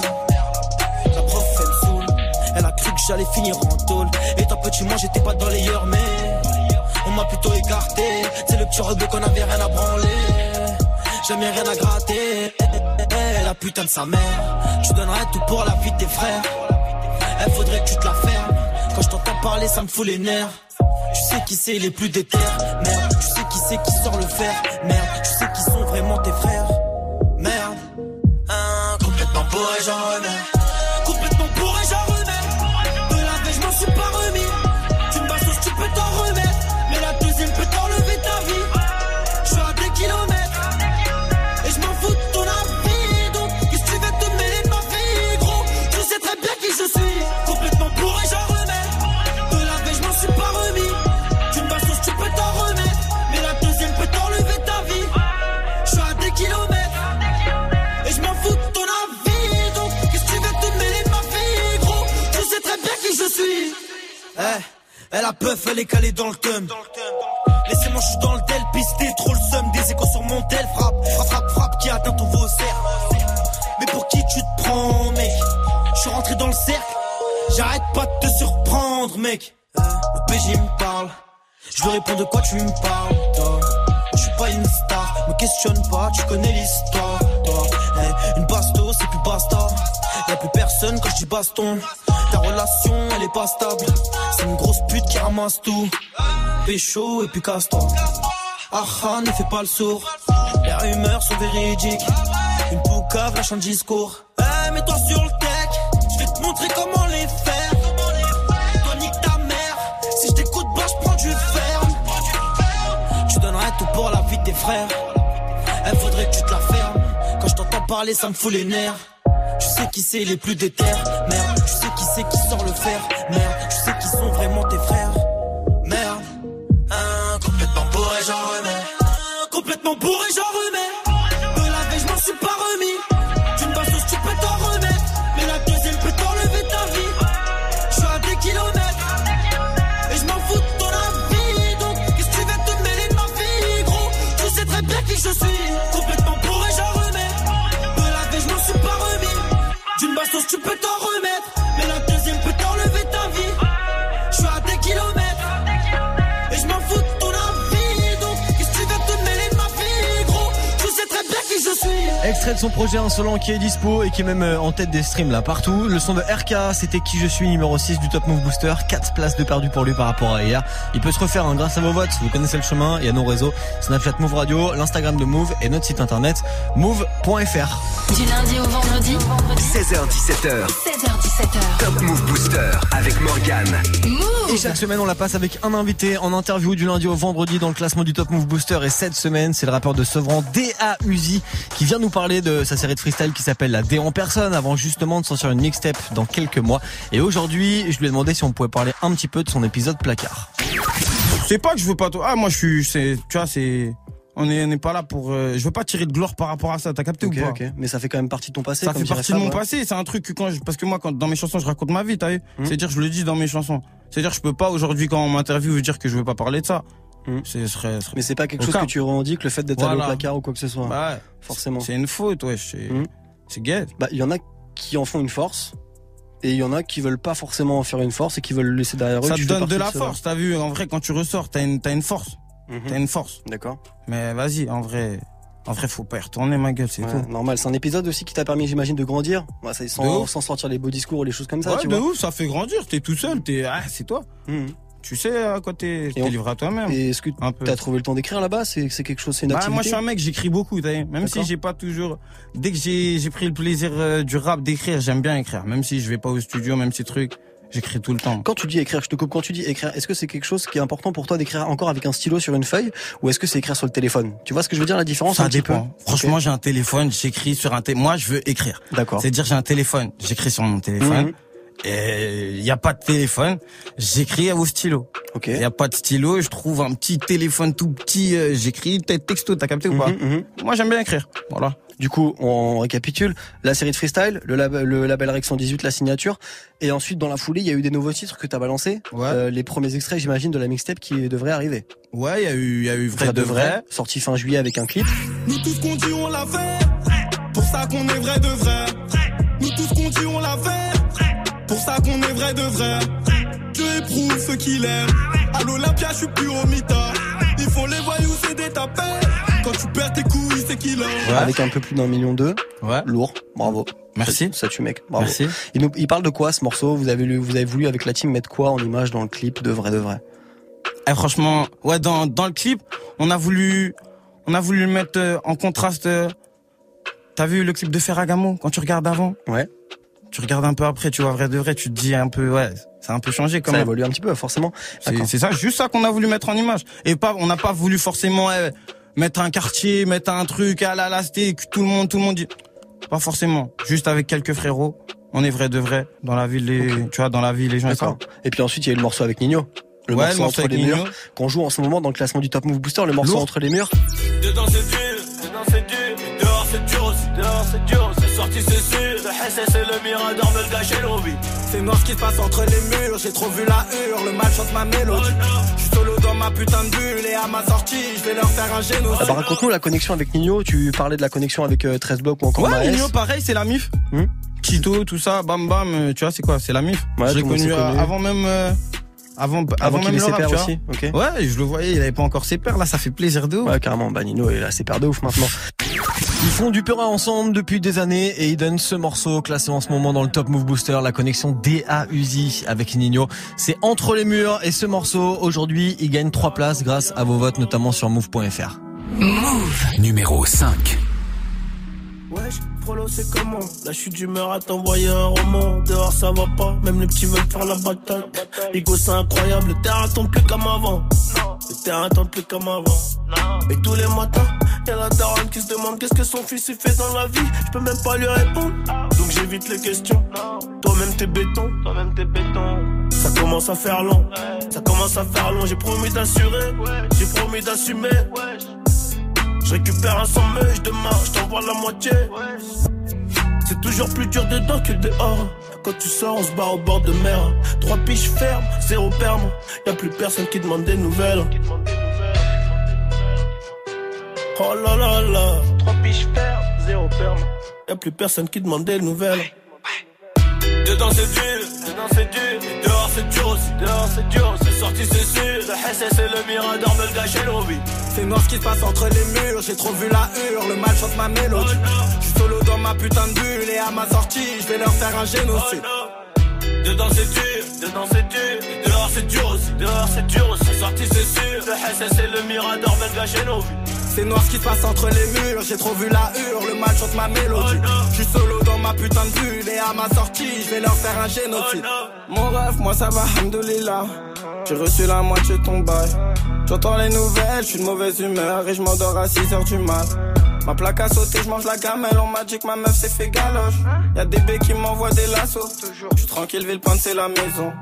La prof, elle me saoule. Elle a cru que j'allais finir en tôle. Étant petit, moi j'étais pas dans les heures, mais on m'a plutôt écarté. C'est le petit rebeu qu'on avait rien à branler. Jamais rien à gratter. La putain de sa mère. Tu donnerais tout pour la vie de tes frères. Elle faudrait que tu te la fermes. Quand je t'entends parler, ça me fout les nerfs. Tu sais qui c'est les plus déter. Merde, tu sais qui c'est qui sort le fer. Merde, tu sais qui sont vraiment tes frères. Merde, hein, complètement bourré, j'en remets. Complètement bourré, j'en remets. De la veille, je m'en suis pas remis. Tu me basses, tu peux t'en remettre. Mais la deuxième peut t'enlever ta vie. Je suis à des kilomètres. Et je m'en fous de ton avis. Donc, qu'est-ce que tu veux te mêler de ma vie, gros? Tu sais très bien qui je suis. Complètement bourré, j'en remets. De la veille, je m'en suis pas remis. Tu me basses, tu peux t'en remettre. Mais la deuxième peut t'enlever ta vie. Je suis à des kilomètres. Et je m'en fous de ton avis. Donc, qu'est-ce que tu veux te mêler de ma vie, gros? Tu sais très bien qui je suis. Eh, hey, elle a peuf, elle est calée dans le thème. Laissez-moi, je suis dans le tel, pisté, trop le seum. Des échos sur mon tel, frappe, frappe, frappe, frappe, qui atteint ton vaussaire. Mais pour qui tu te prends, mec? Je suis rentré dans le cercle. J'arrête pas de te surprendre, mec. Eh, le P J me parle. Je lui réponds de quoi tu me parles, toi. Je suis pas une star, me questionne pas, tu connais l'histoire, toi. Hey, une basto, c'est plus basta. Y'a plus personne quand je dis baston. Ta relation, elle est pas stable. C'est une grosse pute qui ramasse tout. Pécho et puis casse-toi. Ah ah, ne fais pas le sourd. Les rumeurs sont véridiques. Une poucave lâche un discours. Hey, mets-toi sur le tech. Je vais te montrer comment les faire. Toi, nique ta mère. Si je t'écoute, bah je prends du ferme. Tu donnerais tout pour la vie de tes frères. Elle faudrait que tu te la fermes. Quand je t'entends parler, ça me fout les nerfs. Tu sais qui c'est les plus déter. Merde, tu sais qui c'est qui sort le fer. Merde, tu sais qui sont vraiment tes frères. Merde, hein, complètement bourré, j'en remets. Complètement bourré, j'en remets. De la veille, je m'en suis pas remis. Tu me basses, tu peux t'en remettre. Mais la deuxième peut t'enlever ta vie. Je suis à des kilomètres. Et je m'en fous de ton avis. Donc, qu'est-ce que tu veux te mêler de ma vie, gros? Tu sais très bien qui je suis. extrait de son projet Insolent qui est dispo et qui est même en tête des streams là partout. Le son de R K, c'était Qui je suis, numéro six du Top Move Booster. quatre places de perdu pour lui par rapport à hier. Il peut se refaire hein, grâce à vos votes. Vous connaissez le chemin. Il y a nos réseaux Snapchat Move Radio, l'Instagram de Move et notre site internet move point f r. Du lundi au vendredi, seize heures dix-sept heures. seize heures dix-sept heures. Top Move Booster avec Morgane. Move. Et chaque semaine, on la passe avec un invité en interview du lundi au vendredi dans le classement du Top Move Booster. Et cette semaine, c'est le rappeur de Sevran, D A Uzi, qui vient nous parler de sa série de freestyle qui s'appelle La D en personne, avant justement de sortir une mixtape dans quelques mois. Et aujourd'hui, je lui ai demandé si on pouvait parler un petit peu de son épisode placard. C'est pas que je veux pas toi. Ah, moi, je suis, c'est, tu vois, c'est, on est, on n'est pas là pour, euh, je veux pas tirer de gloire par rapport à ça. T'as capté Ok, ou pas? ok. Mais ça fait quand même partie de ton passé. Ça comme fait dirait partie de mon ouais. passé. C'est un truc que quand je, parce que moi, quand dans mes chansons, je raconte ma vie, t'as vu. Mmh. C'est-à-dire, je le dis dans mes chansons. C'est-à-dire, je peux pas aujourd'hui quand on m'interviewe dire que je veux pas parler de ça. Mmh. C'est, serait, serait... Mais c'est pas quelque Au chose cas. que tu revendiques, le fait d'être Voilà. allé au placard ou quoi que ce soit. Bah, ouais. Forcément. C'est une faute, ouais. C'est, Mmh. c'est gay. Bah, il y en a qui en font une force. Et il y en a qui veulent pas forcément en faire une force et qui veulent le laisser derrière eux. Ça Tu te fais donne partie de la ceux-là. force, t'as vu. En vrai, quand tu ressors, t'as une, t'as une force. Mmh. T'as une force. D'accord. Mais vas-y, en vrai, en vrai, faut pas y retourner, ma gueule, c'est Ouais, tout. normal. C'est un épisode aussi qui t'a permis, j'imagine, de grandir. Bah, ça, De sans, ouf. sans sortir les beaux discours ou les choses comme ça, Ouais, tu de vois. ouf, ça fait grandir. T'es tout seul, t'es, ah, c'est toi. Mmh. Tu sais à quoi t'es, Et t'es on- livré à toi-même. Et est-ce que Un peu. t'as trouvé le temps d'écrire là-bas? C'est, c'est quelque chose, c'est une Bah, activité? moi, je suis un mec, j'écris beaucoup, t'as vu. Même D'accord. si j'ai pas toujours, dès que j'ai, j'ai pris le plaisir euh, du rap d'écrire, j'aime bien écrire. Même si je vais pas au studio, même ces trucs, j'écris tout le temps. Quand tu dis écrire, je te coupe, quand tu dis écrire, est-ce que c'est quelque chose qui est important pour toi d'écrire encore avec un stylo sur une feuille ou est-ce que c'est écrire sur le téléphone? Tu vois ce que je veux dire, la différence Ça un petit peu? dépend. Franchement, j'ai un téléphone, j'écris sur un téléphone. Moi, je veux écrire. D'accord. C'est-à-dire, j'ai un téléphone, j'écris sur mon téléphone. Mhm. Et il y a pas de téléphone, j'écris au stylo. Ok. Il y a pas de stylo, je trouve un petit téléphone tout petit, euh, j'écris peut-être texto, t'as capté ou pas? Mhm, mhm. Moi, j'aime bien écrire. Voilà. Du coup, on récapitule. La série de freestyle, le, lab- le label Rec cent dix-huit, la signature. Et ensuite, dans la foulée, il y a eu des nouveaux titres que t'as balancés. Ouais. Euh, les premiers extraits, j'imagine, de la mixtape qui devrait arriver. Ouais, il y a eu, il y a eu vrai, de vrai. Sorti fin juillet avec un clip. Nous tous qu'on dit on l'a fait, pour ça qu'on est vrai de vrai. Nous tous qu'on dit on l'a fait, pour ça qu'on est vrai de vrai. Dieu éprouve ce qu'il aime. À l'Olympia, je suis plus au mita. Ils font les voyous, c'est des tapés. Quand tu perds tes couilles, c'est qu'il a. Ouais. Avec un peu plus d'un million d'eux. Ouais. Lourd. Bravo. Merci. Ça, ça tue, mec. Bravo. Merci. Il, nous, il parle de quoi, ce morceau? Vous avez, lu- vous avez voulu, avec la team, mettre quoi en image dans le clip de vrai de vrai? Eh, franchement, ouais, dans, dans le clip, on a voulu, on a voulu le mettre euh, en contraste. euh, T'as vu le clip de Ferragamo quand tu regardes avant? Ouais. Tu regardes un peu après, tu vois vrai de vrai, tu te dis un peu, ouais, ça a un peu changé quand Ça même. évolue un petit peu, forcément. C'est, D'accord. c'est ça, juste ça qu'on a voulu mettre en image. Et pas, on n'a pas voulu forcément eh, mettre un quartier, mettre un truc à la lasté, que tout le monde, tout le monde dit. Pas forcément. Juste avec quelques frérots, on est vrai de vrai dans la ville, les, Ok. tu vois, dans la ville, les gens. ils D'accord. Et puis ensuite, il y a eu le morceau avec Nino. Le Ouais, morceau, le morceau entre avec les Nino. murs. Qu'on joue en ce moment dans le classement du Top Move Booster, le morceau Lourd. entre les murs. Dedans c'est dur, dedans c'est dur, dehors c'est dur aussi, dehors c'est dur, c'est sorti c'est sûr, le S S et le Mirador me le gâchent l'envie. C'est noir ce qui se passe entre les murs, j'ai trop vu la hure, le mal chante ma mélodie. Je suis solo dans ma putain de bulle et à ma sortie, je vais leur faire un génocide. Ah bah, raconte-nous la connexion avec Nino. Tu parlais de la connexion avec euh, treize blocs ou encore Ouais, Maes. Nino, pareil, c'est la mif. Hmm. Chito, tout ça, bam bam, euh, tu vois, c'est quoi? C'est la mif. Ouais, je l'ai tout le monde connu, s'est euh, connu. avant même, euh, avant, avant, Avant qu'il même ait le ses rap, pères tu vois. aussi. Ok. Ouais, je le voyais, il avait pas encore ses pères, là, ça fait plaisir de ouf. Ouais, carrément. Bah, Nino, il a ses pères de ouf maintenant. Ils font du Pura ensemble depuis des années et ils donnent ce morceau classé en ce moment dans le Top Move Booster, la connexion D A Uzi avec Nino. C'est Entre les murs et ce morceau, aujourd'hui, il gagne trois places grâce à vos votes, notamment sur move point f r. Move. Numéro cinq. Wesh, Frollo c'est comment? Là je suis d'humeur à t'envoyer un roman. Dehors ça va pas, même les petits veulent faire la bataille. Ligo c'est incroyable, le terrain tombe plus comme avant. Le terrain tombe plus comme avant. Et tous les matins, y'a la daronne qui se demande qu'est-ce que son fils il fait dans la vie. Je peux même pas lui répondre, donc j'évite les questions. Toi-même t'es béton, toi-même t'es béton. Ça commence à faire long, ça commence à faire long. J'ai promis d'assurer, j'ai promis d'assumer. Je récupère un sans meuge demain, je t'envoie la moitié. C'est toujours plus dur dedans que dehors. Quand tu sors, on se barre au bord de mer. Trois piches fermes, zéro perme. Y'a plus personne qui demande des nouvelles. Oh là là là. Trois piches fermes, zéro perme. Y'a plus personne qui demande des nouvelles. Dedans c'est dur, dedans c'est dur. Et dehors c'est dur aussi, dehors c'est dur. C'est sorti c'est sûr. Le S S et le Mirador me le gâchent l'envie. C'est noir ce qui se passe entre les murs. J'ai trop vu la hurle, le mal chante ma mélodie. J'suis solo dans ma putain de bulle. Et à ma sortie, j'vais leur faire un génocide. Dedans c'est dur, dedans c'est dur. Et dehors c'est dur aussi, dehors c'est dur aussi. Sorti c'est sûr. Le S S et le Mirador me le gâchent nos vies. C'est noir ce qui se passe entre les murs. J'ai trop vu la hurle, le mal chante ma mélodie. J'suis solo dans ma putain de bulle. Et à ma sortie, j'vais leur faire un génocide. Mon rêve, moi ça va, hamdoulillah. J'ai reçu la moitié de ton bail. J'entends les nouvelles, j'suis de mauvaise humeur. Et j'm'endors à six heures du mat. Ma plaque a sauté, j'mange la gamelle. On m'a dit que ma meuf s'est fait galoche. Y'a des baies qui m'envoient des lassos. J'suis tranquille, Villepinte c'est la maison.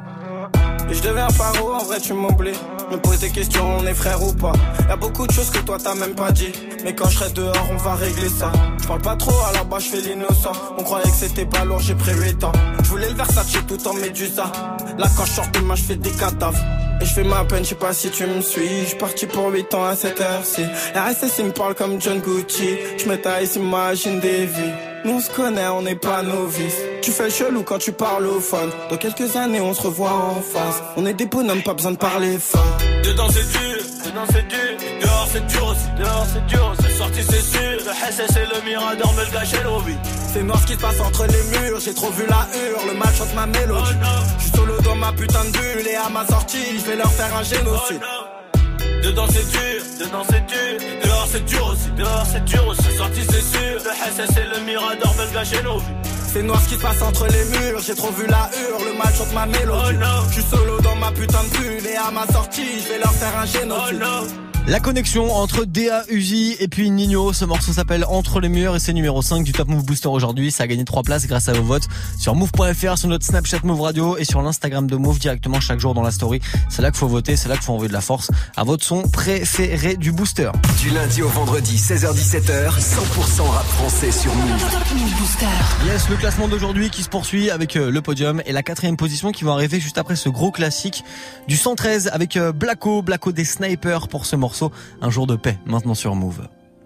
Et je deviens paro, en vrai tu m'oublies. Me pose des questions, on est frère ou pas. Y'a beaucoup de choses que toi t'as même pas dit. Mais quand je serai dehors, on va régler ça. Je parle pas trop, à la bas je fais l'innocent. On croyait que c'était pas lourd, j'ai pris huit ans. Je voulais le Versace tout en médusa. Là quand je sors de main, je fais des cadavres. Et je fais ma peine, je sais pas si tu me suis. Je parti pour huit ans à cette heure-ci. R S S il me parle comme John Gucci. Je me taille, imagine des vies. Nous on se connaît, on n'est pas novices. Tu fais le chelou quand tu parles au phone. Dans quelques années on se revoit en face. On est des bonhommes, pas besoin de parler fort. Dedans c'est dur, dedans c'est dur. Et dehors c'est dur aussi, dehors c'est dur. C'est sorti c'est sûr. Le S S et le Mirador me le gâchent l'envie. C'est noir ce qui se passe entre les murs. J'ai trop vu la hurle, le mal chante ma mélodie. J'suis solo dans ma putain de bulle. Et à ma sortie, j'vais leur faire un génocide. Dedans c'est dur, dedans c'est dur. Et dehors c'est dur aussi, dehors c'est dur aussi. C'est sorti c'est sûr. Le S S et le Mirador me le gâchent l'envie. C'est noir ce qui se passe entre les murs. J'ai trop vu la hurle, le mal chante ma mélodie. J'suis solo dans ma putain de bulle. Et à ma sortie, j'vais leur faire un génocide. La connexion entre D A, Uzi et puis Nino. Ce morceau s'appelle Entre les murs et c'est numéro cinq du Top Move Booster aujourd'hui. Ça a gagné trois places grâce à vos votes sur move point f r, sur notre Snapchat Move Radio et sur l'Instagram de Move directement chaque jour dans la story. C'est là qu'il faut voter, c'est là qu'il faut envoyer de la force à votre son préféré du booster. Du lundi au vendredi, seize heures dix-sept heures, cent pour cent rap français sur Move. Top Move Booster. Yes, le classement d'aujourd'hui qui se poursuit avec le podium et la quatrième position qui va arriver juste après ce gros classique du cent treize avec Blacko, Blacko des Snipers pour ce morceau Un jour de paix, maintenant sur Move.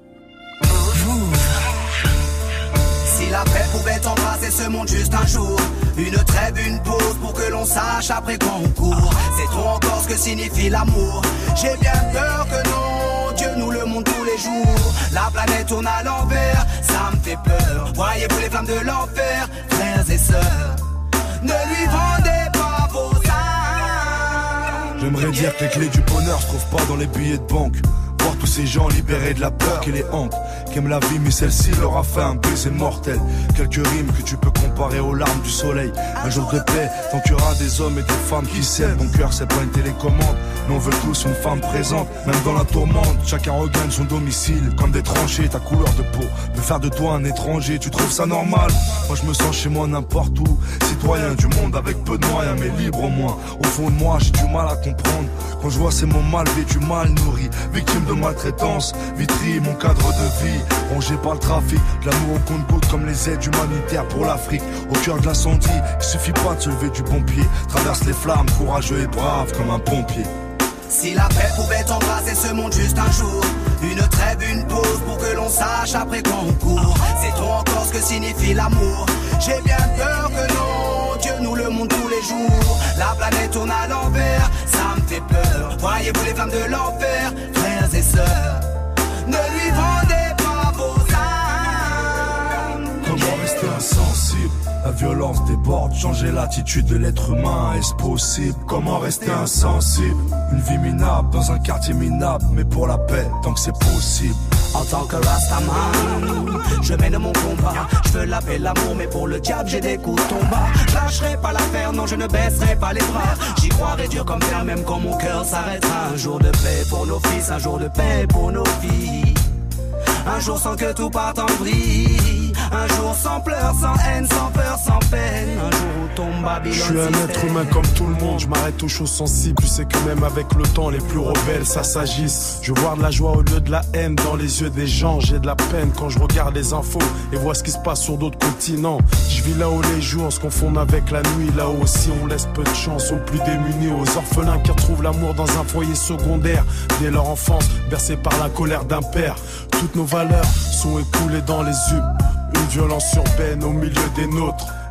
Move. Si la paix pouvait embrasser ce monde juste un jour, une trêve, une pause pour que l'on sache après quoi on court. Sait-on encore ce que signifie l'amour? J'ai bien peur que non, Dieu nous le montre tous les jours. La planète tourne à l'envers, ça me fait peur. Voyez-vous les flammes de l'enfer, frères et sœurs, ne lui vendez pas vos âmes. J'aimerais dire que les clés du bonheur se trouvent pas dans les billets de banque. Voir tous ces gens libérés de la peur qui les hante, qui aiment la vie mais celle-ci leur a fait un baiser mortel. Quelques rimes que tu peux comparer aux larmes du soleil. Un jour de paix, tant qu'il y aura des hommes et des femmes qui s'aiment. Ton cœur c'est pas une télécommande, mais on veut tous une femme présente. Même dans la tourmente, chacun regagne son domicile. Comme des tranchées, ta couleur de peau veut faire de toi un étranger. Tu trouves ça normal? Moi je me sens chez moi n'importe où. Citoyen du monde avec peu de moyens mais libre au moins. Au fond de moi j'ai du mal à comprendre quand je vois ces mots mal vêtus, mal nourris, victimes de maltraitance, vitrie mon cadre de vie, rongé par le trafic, de l'amour au compte-gouttes comme les aides humanitaires pour l'Afrique. Au cœur de l'incendie, il suffit pas de se lever du bon pied, traverse les flammes, courageux et brave comme un pompier. Si la paix pouvait embrasser ce monde juste un jour, une trêve, une pause pour que l'on sache après quoi on court. Sait-on encore ce que signifie l'amour? J'ai bien peur que non, Dieu nous le montre tous les jours. La planète tourne à l'envers, ça me fait peur. Voyez-vous les flammes de l'enfer, frères et sœurs, ne lui vendez pas vos âmes. Comment rester insensible? La violence déborde, changer l'attitude de l'être humain, est-ce possible? Comment rester insensible? Une vie minable dans un quartier minable, mais pour la paix, tant que c'est possible. En tant que Rastaman, je mène mon combat. Je veux la paix, l'amour, mais pour le diable j'ai des coups de tomba. Je lâcherai pas l'affaire, non je ne baisserai pas les bras. J'y croirai dur comme fer, même quand mon cœur s'arrêtera. Un jour de paix pour nos fils, un jour de paix pour nos filles. Un jour sans que tout parte en vrille. Un jour sans pleurs, sans haine, sans peur, sans peine. Un jour où tombe Babylone. Je suis un être humain comme tout le monde. Je m'arrête aux choses sensibles. Tu sais que même avec le temps, les plus rebelles, ça s'agisse. Je vois de la joie au lieu de la haine dans les yeux des gens. J'ai de la peine quand je regarde les infos et vois ce qui se passe sur d'autres continents. Je vis là où les jours se confondent avec la nuit. Là où aussi on laisse peu de chance aux plus démunis, aux orphelins qui retrouvent l'amour dans un foyer secondaire. Dès leur enfance, bercés par la colère d'un père. Toutes nos valeurs sont écoulées dans les yeux. Une violence urbaine au milieu des nôtres.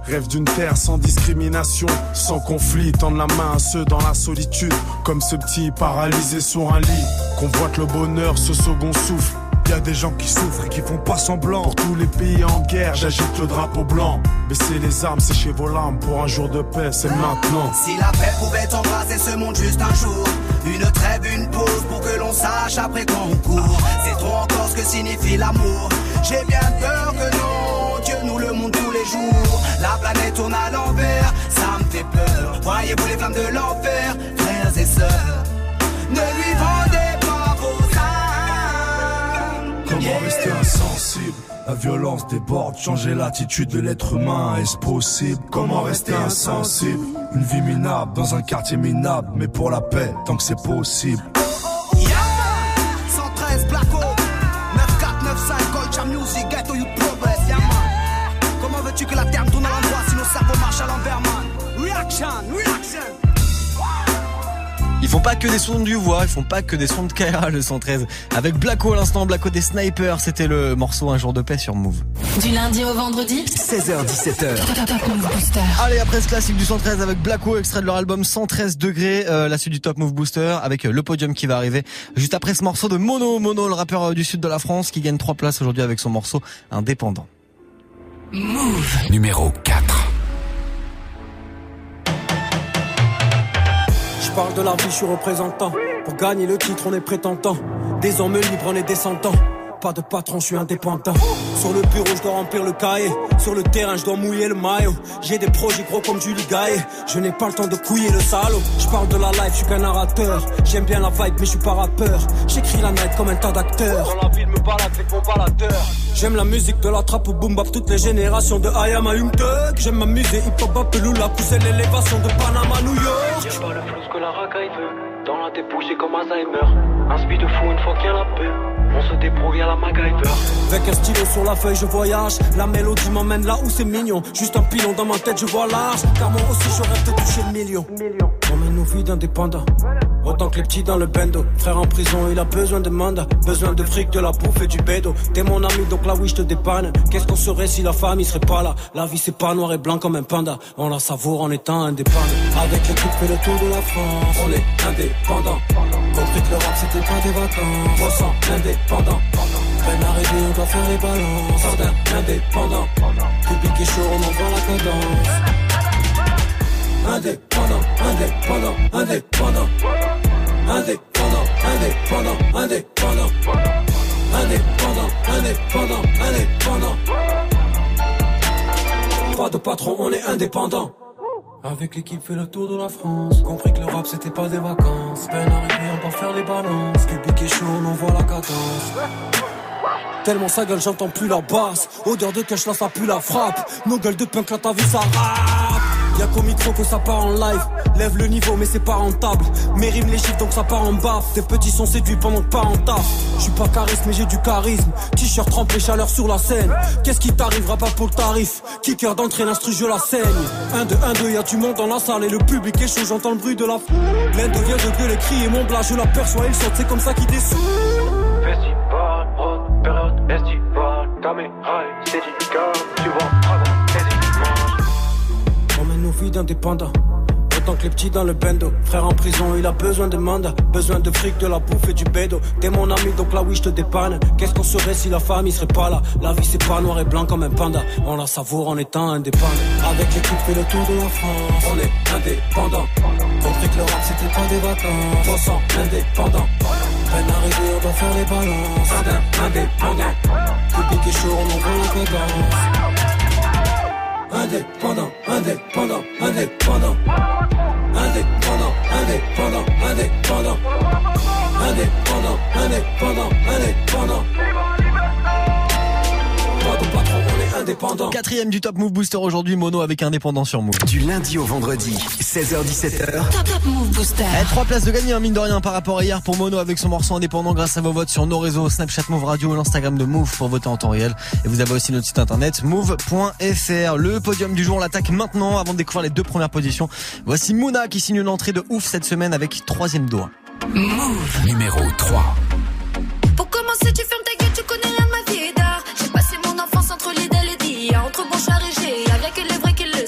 Rêve d'une terre sans discrimination, sans conflit. Tendre la main à ceux dans la solitude, comme ce petit paralysé sur un lit. Convoite le bonheur, ce second souffle. Y'a des gens qui souffrent et qui font pas semblant. Pour tous les pays en guerre, j'agite le drapeau blanc. Baissez les armes, séchez vos larmes. Pour un jour de paix, c'est maintenant. Si la paix pouvait embraser ce monde juste un jour, une trêve, une pause pour que l'on sache après qu'on court. C'est trop encore ce que signifie l'amour. J'ai bien peur que non, Dieu nous le montre tous les jours. La planète tourne à l'envers, ça me fait peur. Voyez-vous les flammes de l'enfer, frères et sœurs, ne lui vendez pas vos âmes. Comment yeah. rester insensible? La violence déborde, changer l'attitude de l'être humain, est-ce possible? Comment rester insensible? Une vie minable dans un quartier minable, mais pour la paix, tant que c'est possible. Yeah, cent treize Blacko, neuf quatre neuf cinq Culture Music, Ghetto Youth Progress, yeah man. Comment veux-tu que la terre tourne à l'endroit si nos cerveaux marchent à l'envers, man? Reaction, reaction. Ils font pas que des sons de voix, ils font pas que des sons de K R A, le cent treize. Avec Blacko à l'instant, Blacko des Snipers, c'était le morceau Un jour de paix sur Move. Du lundi au vendredi, seize heures dix-sept heures. Top Move Booster. Allez, après ce classique du cent treize avec Blacko, extrait de leur album cent treize degrés, euh, la suite du Top Move Booster avec le podium qui va arriver juste après ce morceau de Mono, Mono, le rappeur du sud de la France qui gagne trois places aujourd'hui avec son morceau Indépendant. Move. Numéro quatre. Je parle de la vie, je suis représentant. Pour gagner le titre, on est prétentant. Des hommes libres, on est descendants. Pas de patron, je suis indépendant. Sur le bureau, je dois remplir le cahier. Sur le terrain, je dois mouiller le maillot. J'ai des projets gros comme Julie Gaillet. Je n'ai pas le temps de couiller le salaud. Je parle de la life, je suis qu'un narrateur. J'aime bien la vibe, mais je suis pas rappeur. J'écris la night comme un tas d'acteurs. Dans la ville, me balade avec mon baladeur. J'aime la musique de la trappe au boom bap, toutes les générations de I am a Young Thug. J'aime m'amuser, hip hop, Pelula, pousser l'élévation de Panama, New York. Y'a pas le flou que la racaille veut. Dans la débouche, j'ai comme Alzheimer. Un speed de fou une fois qu'il y a la paix. On se débrouille à la MacGyver. Avec un stylo sur la feuille, je voyage. La mélodie m'emmène là où c'est mignon. Juste un pilon dans ma tête, je vois large. Car moi aussi, je rêve de toucher le million. On mène nos vies d'indépendants. Autant que les petits dans le bendo. Frère en prison, il a besoin de mandat. Besoin de fric, de la bouffe et du bédo. T'es mon ami, donc là oui, je te dépanne. Qu'est-ce qu'on serait si la famille serait pas là? La vie, c'est pas noir et blanc comme un panda. On la savoure en étant indépendant. Avec l'équipe, fait le tour de la France. On est indépendant. Compris que le rap, c'était pas des vacances. Ressent indépendant. Peine arrivée, on doit faire les balances. Jardin indépendant. Public et chaud, on envoie la cadence. Indépendant, indépendant, indépendant. Indépendant, indépendant, indépendant. Indépendant, indépendant, indépendant. Pas de patron, on est indépendant. Avec l'équipe fait le tour de la France. Compris que le rap c'était pas des vacances. Peine arrivée, on va faire les balances. Public et chaud, on envoie la cadence. Tellement sa gueule, j'entends plus la basse. Odeur de cash, là ça pue la frappe. Nos gueules de punk, là ta vie ça rappe. Y'a qu'au micro que ça part en live. Lève le niveau mais c'est pas rentable. Mes rimes les chiffres donc ça part en baffe. Tes petits sont séduits pendant que pas en taf. J'suis pas charisme mais j'ai du charisme. T-shirt trempé, chaleur sur la scène. Qu'est-ce qui t'arrivera pas pour le tarif? Kicker d'entrée, l'instru je la saigne. Un, deux, un, deux, y'a du monde dans la salle. Et le public est chaud, j'entends le bruit de la foule. L'aide vient de gueuler, crier mon blas. Je l'aperçois, il saute, c'est comme ça qu'il descend. Festival, road, période estivale. Caméra et Steadicam, tu vois, dragon, les images. On mène nos vies d'indépendants. Autant que les petits dans le bendo. Frère en prison, il a besoin de mandat. Besoin de fric, de la bouffe et du bédo. T'es mon ami, donc là oui je te dépanne. Qu'est-ce qu'on serait si la famille serait pas là? La vie c'est pas noir et blanc comme un panda. On la savoure en étant indépendant. Avec l'équipe fait le tour de la France. On est indépendant. Compris que le rap c'était pas des vacances. Ressent indépendant. Peine arrivée, on doit faire les balances. Jardin indépendant. Public et chaud, on envoie la cadence. Indépendant, indépendant, indépendant. Indépendant, indépendant, indépendant. Indépendant, indépendant, indépendant. Pas de patron, on est indépendant. Quatrième du Top Move Booster aujourd'hui, Mono avec Indépendant sur Move. Du lundi au vendredi, seize heures dix-sept heures. Top, Top Move Booster. Eh, trois places de gagner, hein, mine de rien, par rapport à hier pour Mono avec son morceau Indépendant grâce à vos votes sur nos réseaux, Snapchat Move Radio, l'Instagram de Move pour voter en temps réel. Et vous avez aussi notre site internet move point f r. Le podium du jour, on l'attaque maintenant avant de découvrir les deux premières positions. Voici Mouna qui signe une entrée de ouf cette semaine avec troisième doigt. Move. Numéro trois. Pour commencer, tu fermes ta gueule, tu connais rien de ma vie d'art. J'ai passé mon enfance entre l'idéal et l'idéal. Entre bon char et j'ai, y'a rien que les vrais qui le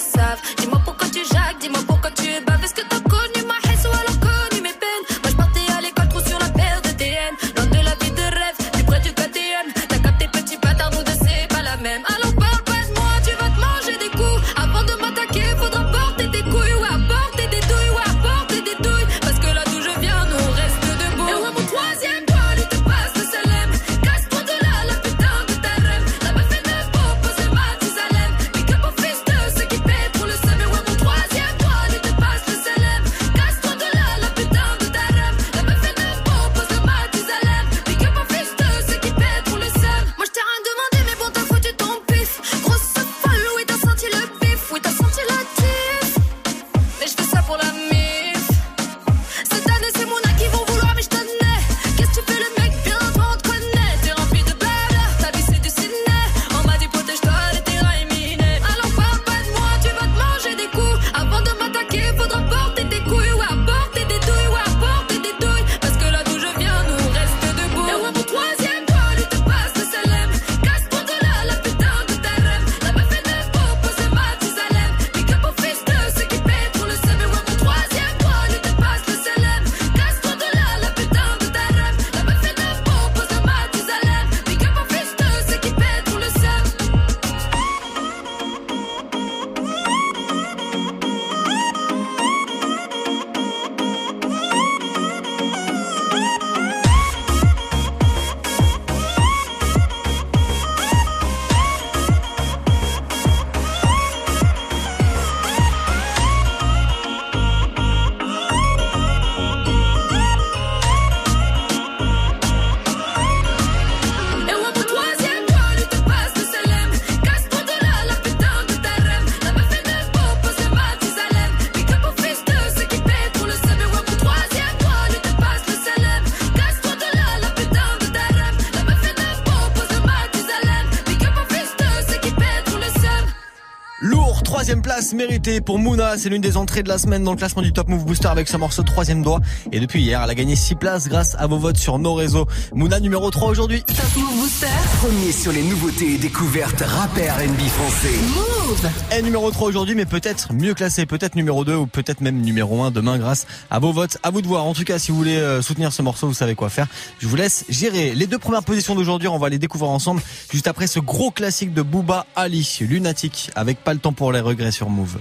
Troisième place méritée pour Mouna. C'est l'une des entrées de la semaine dans le classement du Top Move Booster avec ce morceau Troisième Doigt. Et depuis hier, elle a gagné six places grâce à vos votes sur nos réseaux. Mouna numéro trois aujourd'hui. Top Move Booster. Premier sur les nouveautés et découvertes rap et R and B français. Move. Et numéro trois aujourd'hui, mais peut-être mieux classé, peut-être numéro deux ou peut-être même numéro un demain grâce à vos votes. À vous de voir. En tout cas, si vous voulez euh, soutenir ce morceau, vous savez quoi faire. Je vous laisse gérer. Les deux premières positions d'aujourd'hui, on va les découvrir ensemble juste après ce gros classique de Booba Ali, Lunatique, avec Pas le temps pour les regrets sur Move.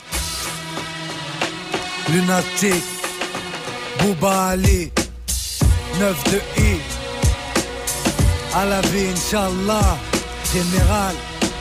Lunatique, Booba Ali, neuf de I, à la vie, Inch'Allah, général.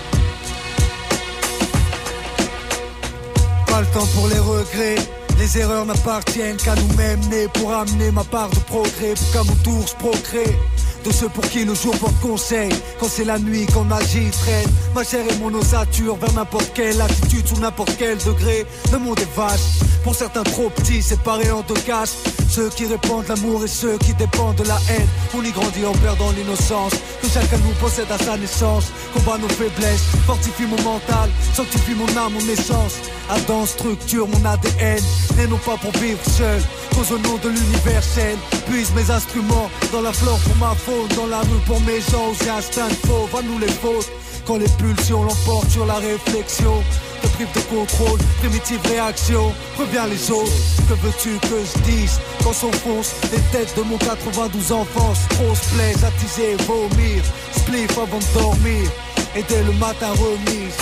Pas le temps pour les regrets, les erreurs n'appartiennent qu'à nous-mêmes, nés pour amener ma part de progrès, pour qu'à mon tour je procrée. De ceux pour qui le jour porte conseil, quand c'est la nuit qu'on agit, traîne ma chair et mon ossature vers n'importe quelle attitude, sous n'importe quel degré. Le monde est vache, pour certains trop petits, séparés en deux caches. Ceux qui répandent l'amour et ceux qui dépendent de la haine. On y grandit en perdant l'innocence que chacun nous possède à sa naissance. Combat nos faiblesses, fortifie mon mental, sanctifie mon âme, mon essence. Adam structure mon A D N, et non pas pour vivre seul, cause au nom de l'universel. Puise mes instruments dans la flore pour ma faune, dans la rue pour mes gens, où j'ai instinct de fauve, à nous les fautes. Quand les pulsions l'emportent sur la réflexion, te prive de contrôle, primitive réaction, reviens les autres. Que veux-tu que je dise quand s'enfonce les têtes de mon quatre-vingt-douze enfance? Trop se plaise, attiser, vomir, spliff avant de dormir, et dès le matin remise.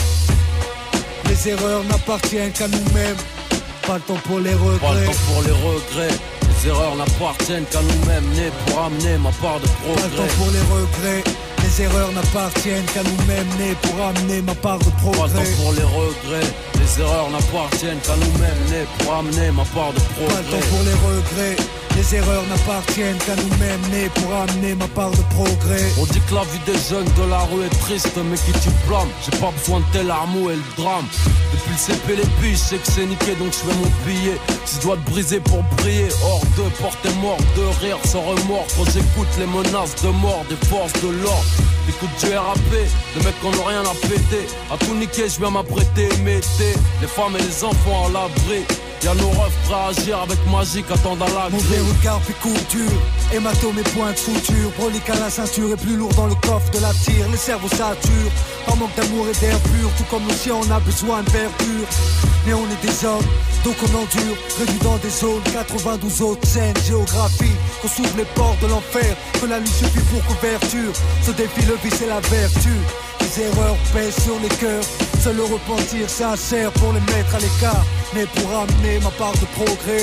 Les erreurs n'appartiennent qu'à nous-mêmes, pas le temps pour les regrets. Pas le temps pour les regrets, les erreurs n'appartiennent qu'à nous-mêmes, nés pour amener ma part de progrès. Pas le temps pour les regrets, les erreurs n'appartiennent qu'à nous-mêmes, nés pour amener ma part de progrès. Pas le temps pour les regrets, les erreurs n'appartiennent qu'à nous-mêmes, nés pour amener ma part de progrès. Pas le temps pour les regrets, les erreurs n'appartiennent qu'à nous-mêmes, nés pour amener ma part de progrès. On dit que la vie des jeunes de la rue est triste, mais qui tu blâmes? J'ai pas besoin de tel armeau et le drame. Depuis le C P les billes, je sais que c'est niqué donc je fais mon billet. Si je dois te briser pour briller, hors de porter mort, de rire sans remords. Quand j'écoute les menaces de mort des forces de l'ordre, j'écoute du R A P, les mecs qu'on n'a rien à péter. À tout niquer, je viens m'apprêter, mettez les femmes et les enfants à l'abri. Y'a nos refs prêts à agir avec magie qu'attendent à la grille. Mauvais regard puis couture, hématome et point de suture. Brolique à la ceinture et plus lourd dans le coffre de la tire. Les cerveaux saturent, par manque d'amour et d'air pur. Tout comme nos chiens on a besoin de verdure. Mais on est des hommes, donc on endure. Réduit dans des zones, quatre-vingt-douze autres scènes. Géographie, qu'on s'ouvre les portes de l'enfer. Que la nuit suffit pour couverture. Ce défi le vice et la vertu. Les erreurs pèsent sur les cœurs. Seul le repentir sincère pour les mettre à l'écart, mais pour amener ma part de progrès.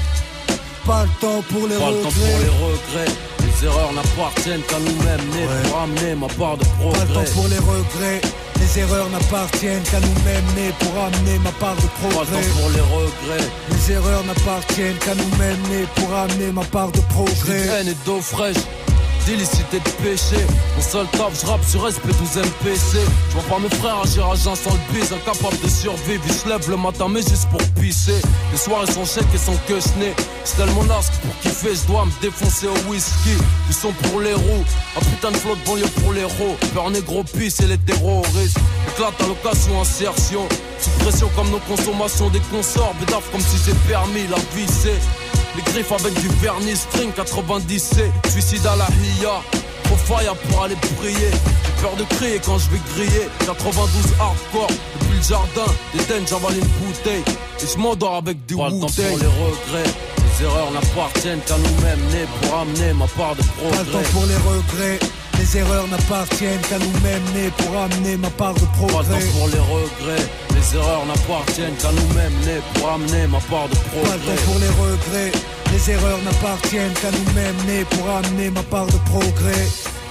Pas le temps pour les Pas regrets. le temps pour les regrets, les erreurs n'appartiennent qu'à nous-mêmes, nés ouais. pour amener ma part de progrès. Pas le temps pour les regrets, les erreurs n'appartiennent qu'à nous-mêmes, nés pour amener ma part de progrès. Pas le temps pour les regrets, les erreurs n'appartiennent qu'à nous-mêmes, nés pour amener ma part de progrès. J'suis de haine et d'eau fraîche, d'illicité de péché. Mon seul taf, j'rappe sur S P douze M P C. J'vois pas mes frères agir à jeun sans le bise, incapable de survivre. Ils se lèvent le matin mais juste pour pisser. Les soirées sont chèques et sans que je n'ai. C'est tellement nasque pour kiffer, j'dois me défoncer au whisky. Ils sont pour les roues, un putain de flotte banlieue pour les roues. Peur négro pisse et les terroristes. Éclate à l'occasion, insertion. Sous pression comme nos consommations des consorts. Bédaf comme si c'est permis, la vie c'est les griffes avec du vernis string quatre-vingt-dix C. Suicide à la Hia, trop fire pour aller briller. J'ai peur de crier quand je vais griller. quatre-vingt-douze hardcore, depuis le jardin d'Éden j'avale une bouteille et je m'endors avec du Wu-Tang. Pas le temps pour les regrets, les erreurs n'appartiennent qu'à nous-mêmes, nés pour amener ma part de progrès. Pas le temps pour les regrets, les erreurs n'appartiennent qu'à nous-mêmes, nés pour amener ma part de progrès. Pas le temps pour les regrets, les erreurs n'appartiennent qu'à nous-mêmes, nés pour amener ma part de progrès. Pas le temps pour les regrets, les erreurs n'appartiennent qu'à nous-mêmes, nés pour amener ma part de progrès.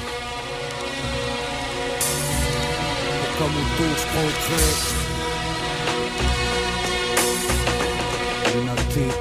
Pour comme on touche progrès. Lunatique.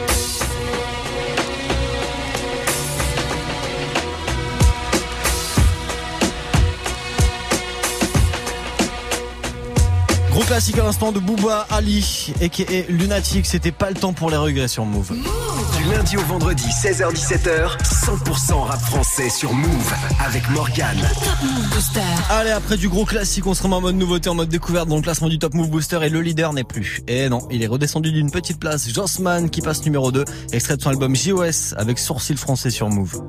Gros classique à l'instant de Booba Ali, aka Lunatique, c'était pas le temps pour les regrets sur Move. Du Du lundi au vendredi, seize heures dix-sept heures, cent pour cent rap français sur Move avec Morgane. Top Move Booster. Allez, après du gros classique, on se remet en mode nouveauté, en mode découverte dans le classement du Top Move Booster et le leader n'est plus. Et non, il est redescendu d'une petite place. Jossman qui passe numéro deux, extrait de son album J O S avec Sourcil français sur Move.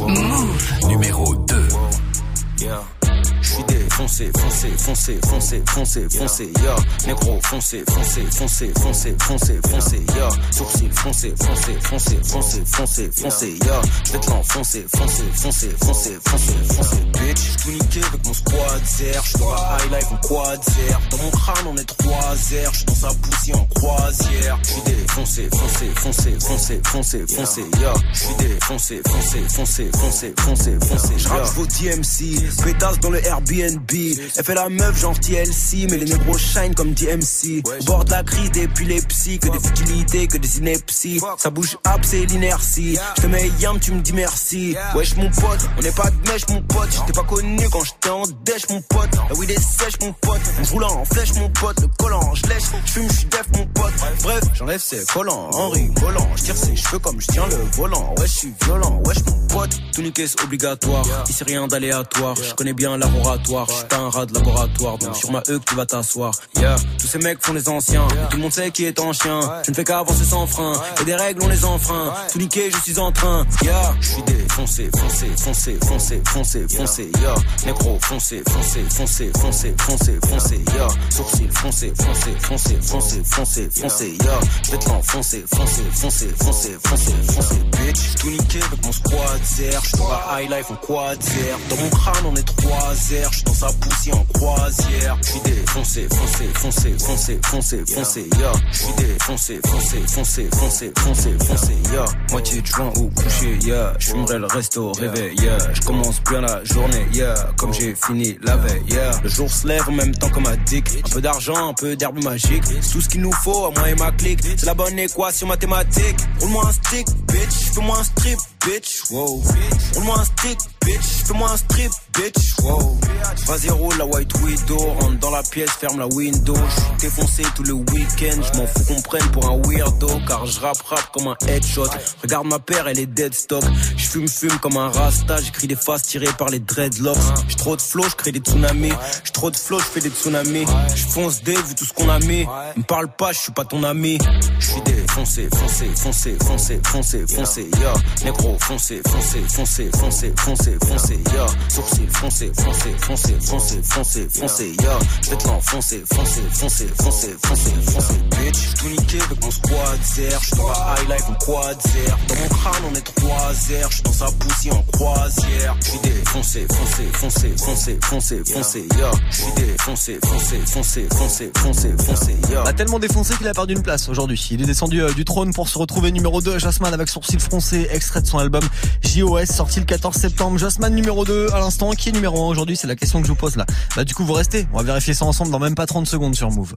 Move numéro deux. Yeah. J'suis défoncé, foncé, foncé, foncé, foncé, foncé, ya. Négro, foncé, foncé, foncé, foncé, foncé, foncé, ya. Sourcil, foncé, foncé, foncé, foncé, foncé, foncé, ya. J'vais te l'enfoncer, foncé, foncé, foncé, foncé, foncé, bitch. J'suis tout niqué avec mon squad zer. J'suis dans la high life en quad zer. Dans mon crâne on est trois airs. J'suis dans sa poussie en croisière. J'suis défoncé, foncé, foncé, foncé, foncé, foncé, ya. J'suis défoncé, foncé, foncé, foncé, foncé, foncé, J'rappe vos D M C, pétasse dans le Airbnb. Elle fait la meuf genre T L C, mais les négros shine comme D M C. Au bord de la crise d'épilepsie, que des futilités, que des inepties. Ça bouge up, c'est l'inertie. J'te mets yam, tu me dis merci. Wesh mon pote, on n'est pas de mèche mon pote. J'étais pas connu quand j'étais en dèche mon pote. La weed est sèche mon pote, on se roule en flèche mon pote. Le collant, j'lèche, j'fume, j'suis def mon pote. Bref, j'enlève ses collants en rigolant. J'tire ses cheveux comme j'tiens le volant. Wesh, j'suis violent, wesh mon pote. Tout niquer c'est obligatoire, ici rien d'aléatoire. J'connais bien l'oratoire, j'suis un rat de laboratoire. Donc sur ma E que tu vas t'asseoir. Yeah, tous ces mecs font les anciens. Et tout le monde sait qui est en chien. Je ne fais qu'avancer sans frein. Et des règles on les enfreint. Tout niquer je suis en train. Yeah, je suis défoncé, foncé, foncé, foncé, foncé, foncé. Yeah, négro, foncé, foncé, foncé, foncé, foncé, foncé. Yeah, sourcil, foncé, foncé, foncé, foncé, foncé, foncé. Yeah, je vais te l'enfoncer, foncé, foncé, foncé, foncé, foncé, bitch. J'suis tout niqué avec mon squad zer. J'suis dans la high life en quad zer. Dans mon crâne on est trois airs. J'suis dans sa poussie en croisière. J'suis défoncé, foncé, foncé, foncé, foncé, foncé, ya. J'suis défoncé, foncé, foncé, foncé, foncé, foncé, ya. Moitié de joint au coucher, ya. J'fumerai le resto au réveil, ya. J'commence bien la journée, ya. Comme j'ai fini la veille, ya. Le jour se lève en même temps comme un dick. Un peu d'argent, un peu d'herbe magique. C'est tout ce qu'il nous faut à moi et ma clique. C'est la bonne équation mathématique. Roule-moi un stick, bitch. Fais-moi un strip, bitch. Wow. Roule-moi un stick, bitch. Fais-moi un strip, bitch. Wow. Vas-y roule la white widow, rentre dans la pièce, ferme la window. J'suis défoncé tout le week-end, j'm'en fous qu'on prenne pour un weirdo. Car j'rappe rap comme un headshot. Regarde ma paire, elle est dead stock. J'fume fume comme un rasta, j'écris des faces tirées par les dreadlocks. J'ai trop de flow, j'crée des tsunamis. J'ai trop de flow, j'fais des tsunamis. J'fonce des vu tout ce qu'on a mis. Me parle pas, j'suis pas ton ami. J'suis défoncé, foncé, foncé, foncé, foncé, foncé, ya. Négro, foncé, foncé, foncé, foncé, foncé, foncé, ya. Sourcil, foncé, foncé, foncé, foncé, foncé, foncé, ya. J'vais te l'enfoncer, foncé, foncé, foncé, foncé, foncé, bitch. J'suis tout niqué avec mon squad zer. J'suis dans la high life en quad zer. Dans mon crâne on est trois airs. J'suis dans sa poussie en croisière. J'suis défoncé, foncé, foncé, foncé, foncé, foncé, ya. J'suis défoncé, foncé, foncé, foncé, foncé, foncé, ya. Il a tellement défoncé qu'il a perdu une place aujourd'hui. Il est descendu euh, du trône pour se retrouver numéro deux. Jossman avec Sourcil français, extrait de son album J O S, sorti le quatorze septembre. Jossman numéro deux à l'instant. Qui est numéro un aujourd'hui? C'est la question que je vous pose là. Bah du coup vous restez. On va vérifier ça ensemble dans même pas trente secondes sur Move.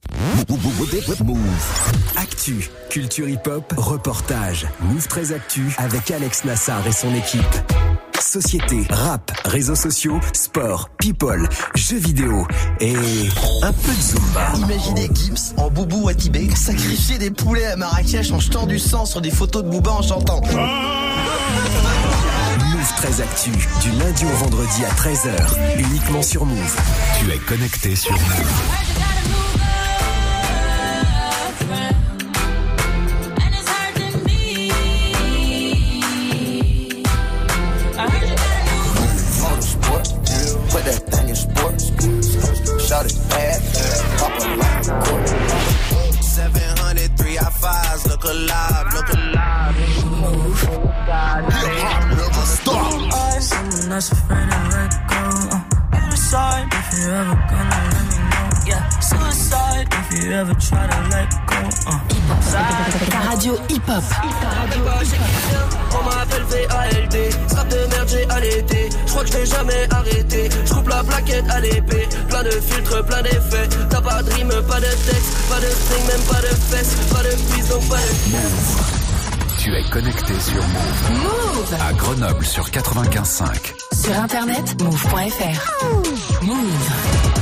Move. Actu, culture hip-hop, reportage. Move très Actu avec Alex Nassar et son équipe. Société, rap, réseaux sociaux, sport, people, jeux vidéo et un peu de Zumba. Imaginez Gims en boubou à Tibet sacrifier des poulets à Marrakech en jetant du sang sur des photos de Booba en chantant. Move très Actu, du lundi au vendredi à treize heures, uniquement sur Move. Tu es connecté sur Move. Put that thing in sports. Shout it bad, pop a line court. seven hundred three I fives, look alive, look alive. Move. Hip hop never stop. Someone that's afraid to let go. Uh, decide if you ever gonna let me know. Yeah, suicide if you ever try to let go. Uh. Ta radio hip-hop. On m'appelle V A L D. Strap de merde j'ai allaité. J'crois que j'vais jamais arrêter. J'coupe la plaquette à l'épée. Plein de filtres, plein d'effets. T'as pas de rime, pas de texte. Pas de string, même pas de fesses. Pas de piste, donc pas de Move. Tu es connecté sur Move. Move. À Grenoble sur quatre-vingt-quinze virgule cinq. Sur internet, move point f r. Move.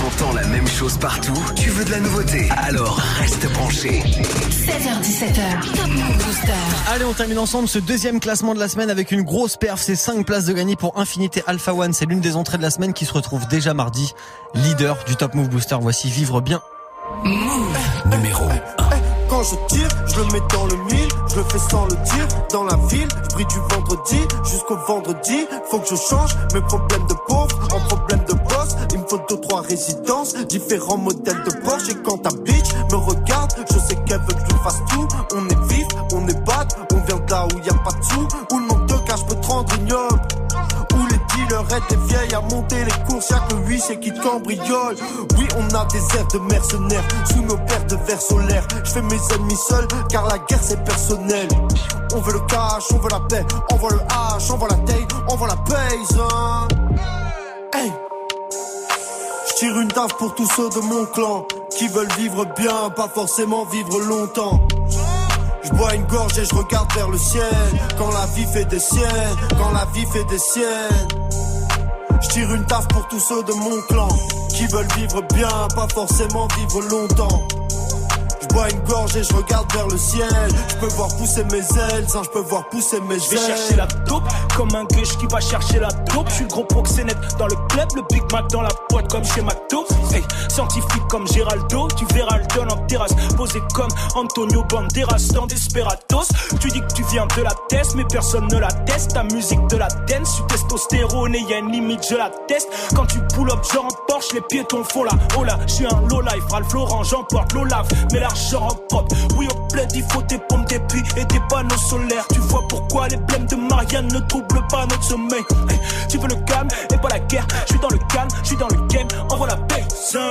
T'entends la même chose partout? Tu veux de la nouveauté? Alors reste branché. seize heures dix-sept heures, Top Move Booster. Allez, on termine ensemble ce deuxième classement de la semaine avec une grosse perf. C'est cinq places de gagner pour Infinité Alpha One. C'est l'une des entrées de la semaine qui se retrouve déjà mardi. Leader du Top Move Booster. Voici Vivre Bien. Move. Numéro un. Quand je tire, je le mets dans le mille, je le fais sans le dire, dans la ville, je brille du vendredi jusqu'au vendredi, faut que je change mes problèmes de pauvre en problèmes de boss, il me faut deux trois résidences, différents modèles de Porsche, et quand ta bitch me regarde, je sais qu'elle veut que je fasse tout, on est vif, on est bad, on vient de là où y a pas de sous, où le manque de cash peut te rendre ignoble, où les dealers étaient vieilles à monter les courses, y'a que lui c'est qui te cambriole. Oui, on a des airs de mercenaires sous nos paires de verres solaires. Je fais mes ennemis seuls car la guerre c'est personnel. On veut le cash, on veut la paix, on veut le H, on veut la taille, on veut la paise. Hein. Hey, je tire une taf pour tous ceux de mon clan qui veulent vivre bien, pas forcément vivre longtemps. Je bois une gorge et je regarde vers le ciel. Quand la vie fait des siennes, quand la vie fait des siennes. Je tire une taf pour tous ceux de mon clan qui veulent vivre bien, pas forcément vivre longtemps. Je bois une gorge et je regarde vers le ciel. Je peux voir pousser mes ailes, sans je peux voir pousser mes ailes. Je vais chercher la taupe, comme un gueche qui va chercher la taupe. Je suis le gros proxénète dans le club, le Big Mac dans la boîte comme chez McDo. Hey, scientifique comme Géraldo, tu verras le don en terrasse. Posé comme Antonio Banderas dans Desperados. Tu dis que tu viens de la test, mais personne ne la teste. Ta musique de la dance, tu testostérone et y'a une limite, je la teste. Quand tu pull up genre en Porsche, les piétons font la oh là. Je suis un low life, Ralph Lauren, j'emporte l'Olave. Mais l'argent en propre, oui au plaid, il faut des pompes, des puits et des panneaux solaires. Tu vois pourquoi les blèmes de Marianne ne troublent pas notre sommeil. Hey, tu veux le calme et pas la guerre. Je suis dans le calme, je suis dans le game, envoie la paix.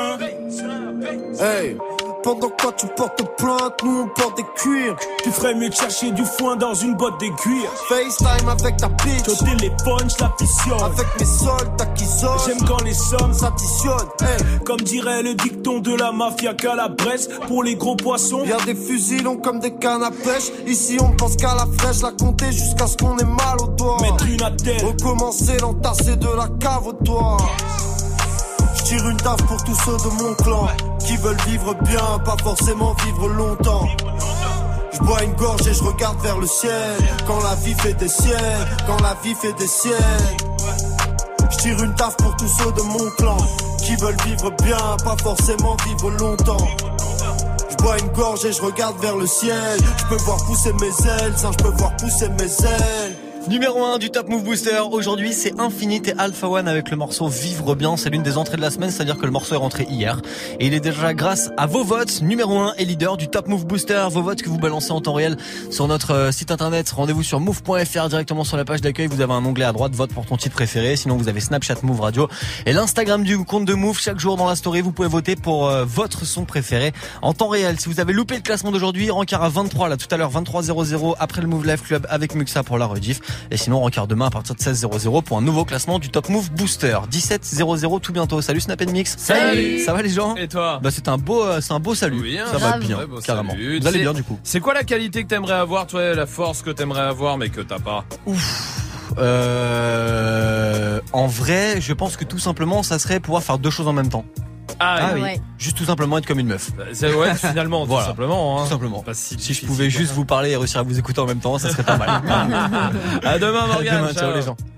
Hey, pendant quoi tu portes plainte, nous on porte des cuirs. Tu ferais mieux de chercher du foin dans une botte de cuir. FaceTime avec ta bitch. Au téléphone, je la fissionne. Avec mes soldats qui sonnent. J'aime quand les sommes s'additionnent. Hey, comme dirait le dicton de la mafia qu'à la Bresse. Pour les gros poissons, y'a des fusils longs comme des cannes à pêche. Ici on pense qu'à la fraîche, la compter jusqu'à ce qu'on ait mal au doigt. Mettre une attelle, recommencer, l'entasser de la cave au doigt. Je tire une taf pour tous ceux de mon clan qui veulent vivre bien, pas forcément vivre longtemps. Je bois une gorge et je regarde vers le ciel. Quand la vie fait des siennes, quand la vie fait des siennes. Je tire une taf pour tous ceux de mon clan qui veulent vivre bien, pas forcément vivre longtemps. Je bois une gorge et je regarde vers le ciel. Je peux voir pousser mes ailes, sans je peux voir pousser mes ailes. Numéro un du Top Move Booster, aujourd'hui c'est Infinité Alpha One avec le morceau Vivre Bien, c'est l'une des entrées de la semaine, c'est-à-dire que le morceau est rentré hier. Et il est déjà grâce à vos votes, numéro un et leader du Top Move Booster, vos votes que vous balancez en temps réel sur notre site internet, rendez-vous sur move point f r, directement sur la page d'accueil, vous avez un onglet à droite, vote pour ton titre préféré, sinon vous avez Snapchat Move Radio et l'Instagram du compte de Move, chaque jour dans la story vous pouvez voter pour euh, votre son préféré en temps réel. Si vous avez loupé le classement d'aujourd'hui, rencard à vingt-trois là tout à l'heure, vingt-trois zéro zéro après le Move Live Club avec Muxa pour la rediff. Et sinon, rencard demain à partir de seize zéro zéro pour un nouveau classement du Top Move Booster. dix-sept zéro zéro tout bientôt. Salut Snap and Mix. Salut. Ça va les gens? Et toi? Bah c'est un beau, euh, c'est un beau salut. Oui, hein, ça va grave. bien, Ouais, bon, carrément. salut. Vous allez C'est- bien du coup. C'est quoi la qualité que t'aimerais avoir, toi, la force que t'aimerais avoir, mais que t'as pas? Ouf. Euh, en vrai, je pense que tout simplement, ça serait pouvoir faire deux choses en même temps. Ah, oui. ouais. Juste tout simplement être comme une meuf. Bah, c'est- ouais, finalement, Voilà. tout simplement. Hein. Tout simplement. Pas si, Si je pouvais juste vous parler et réussir à vous écouter en même temps, ça serait pas mal. À demain, Morgane. À demain, ciao Ciao. les gens.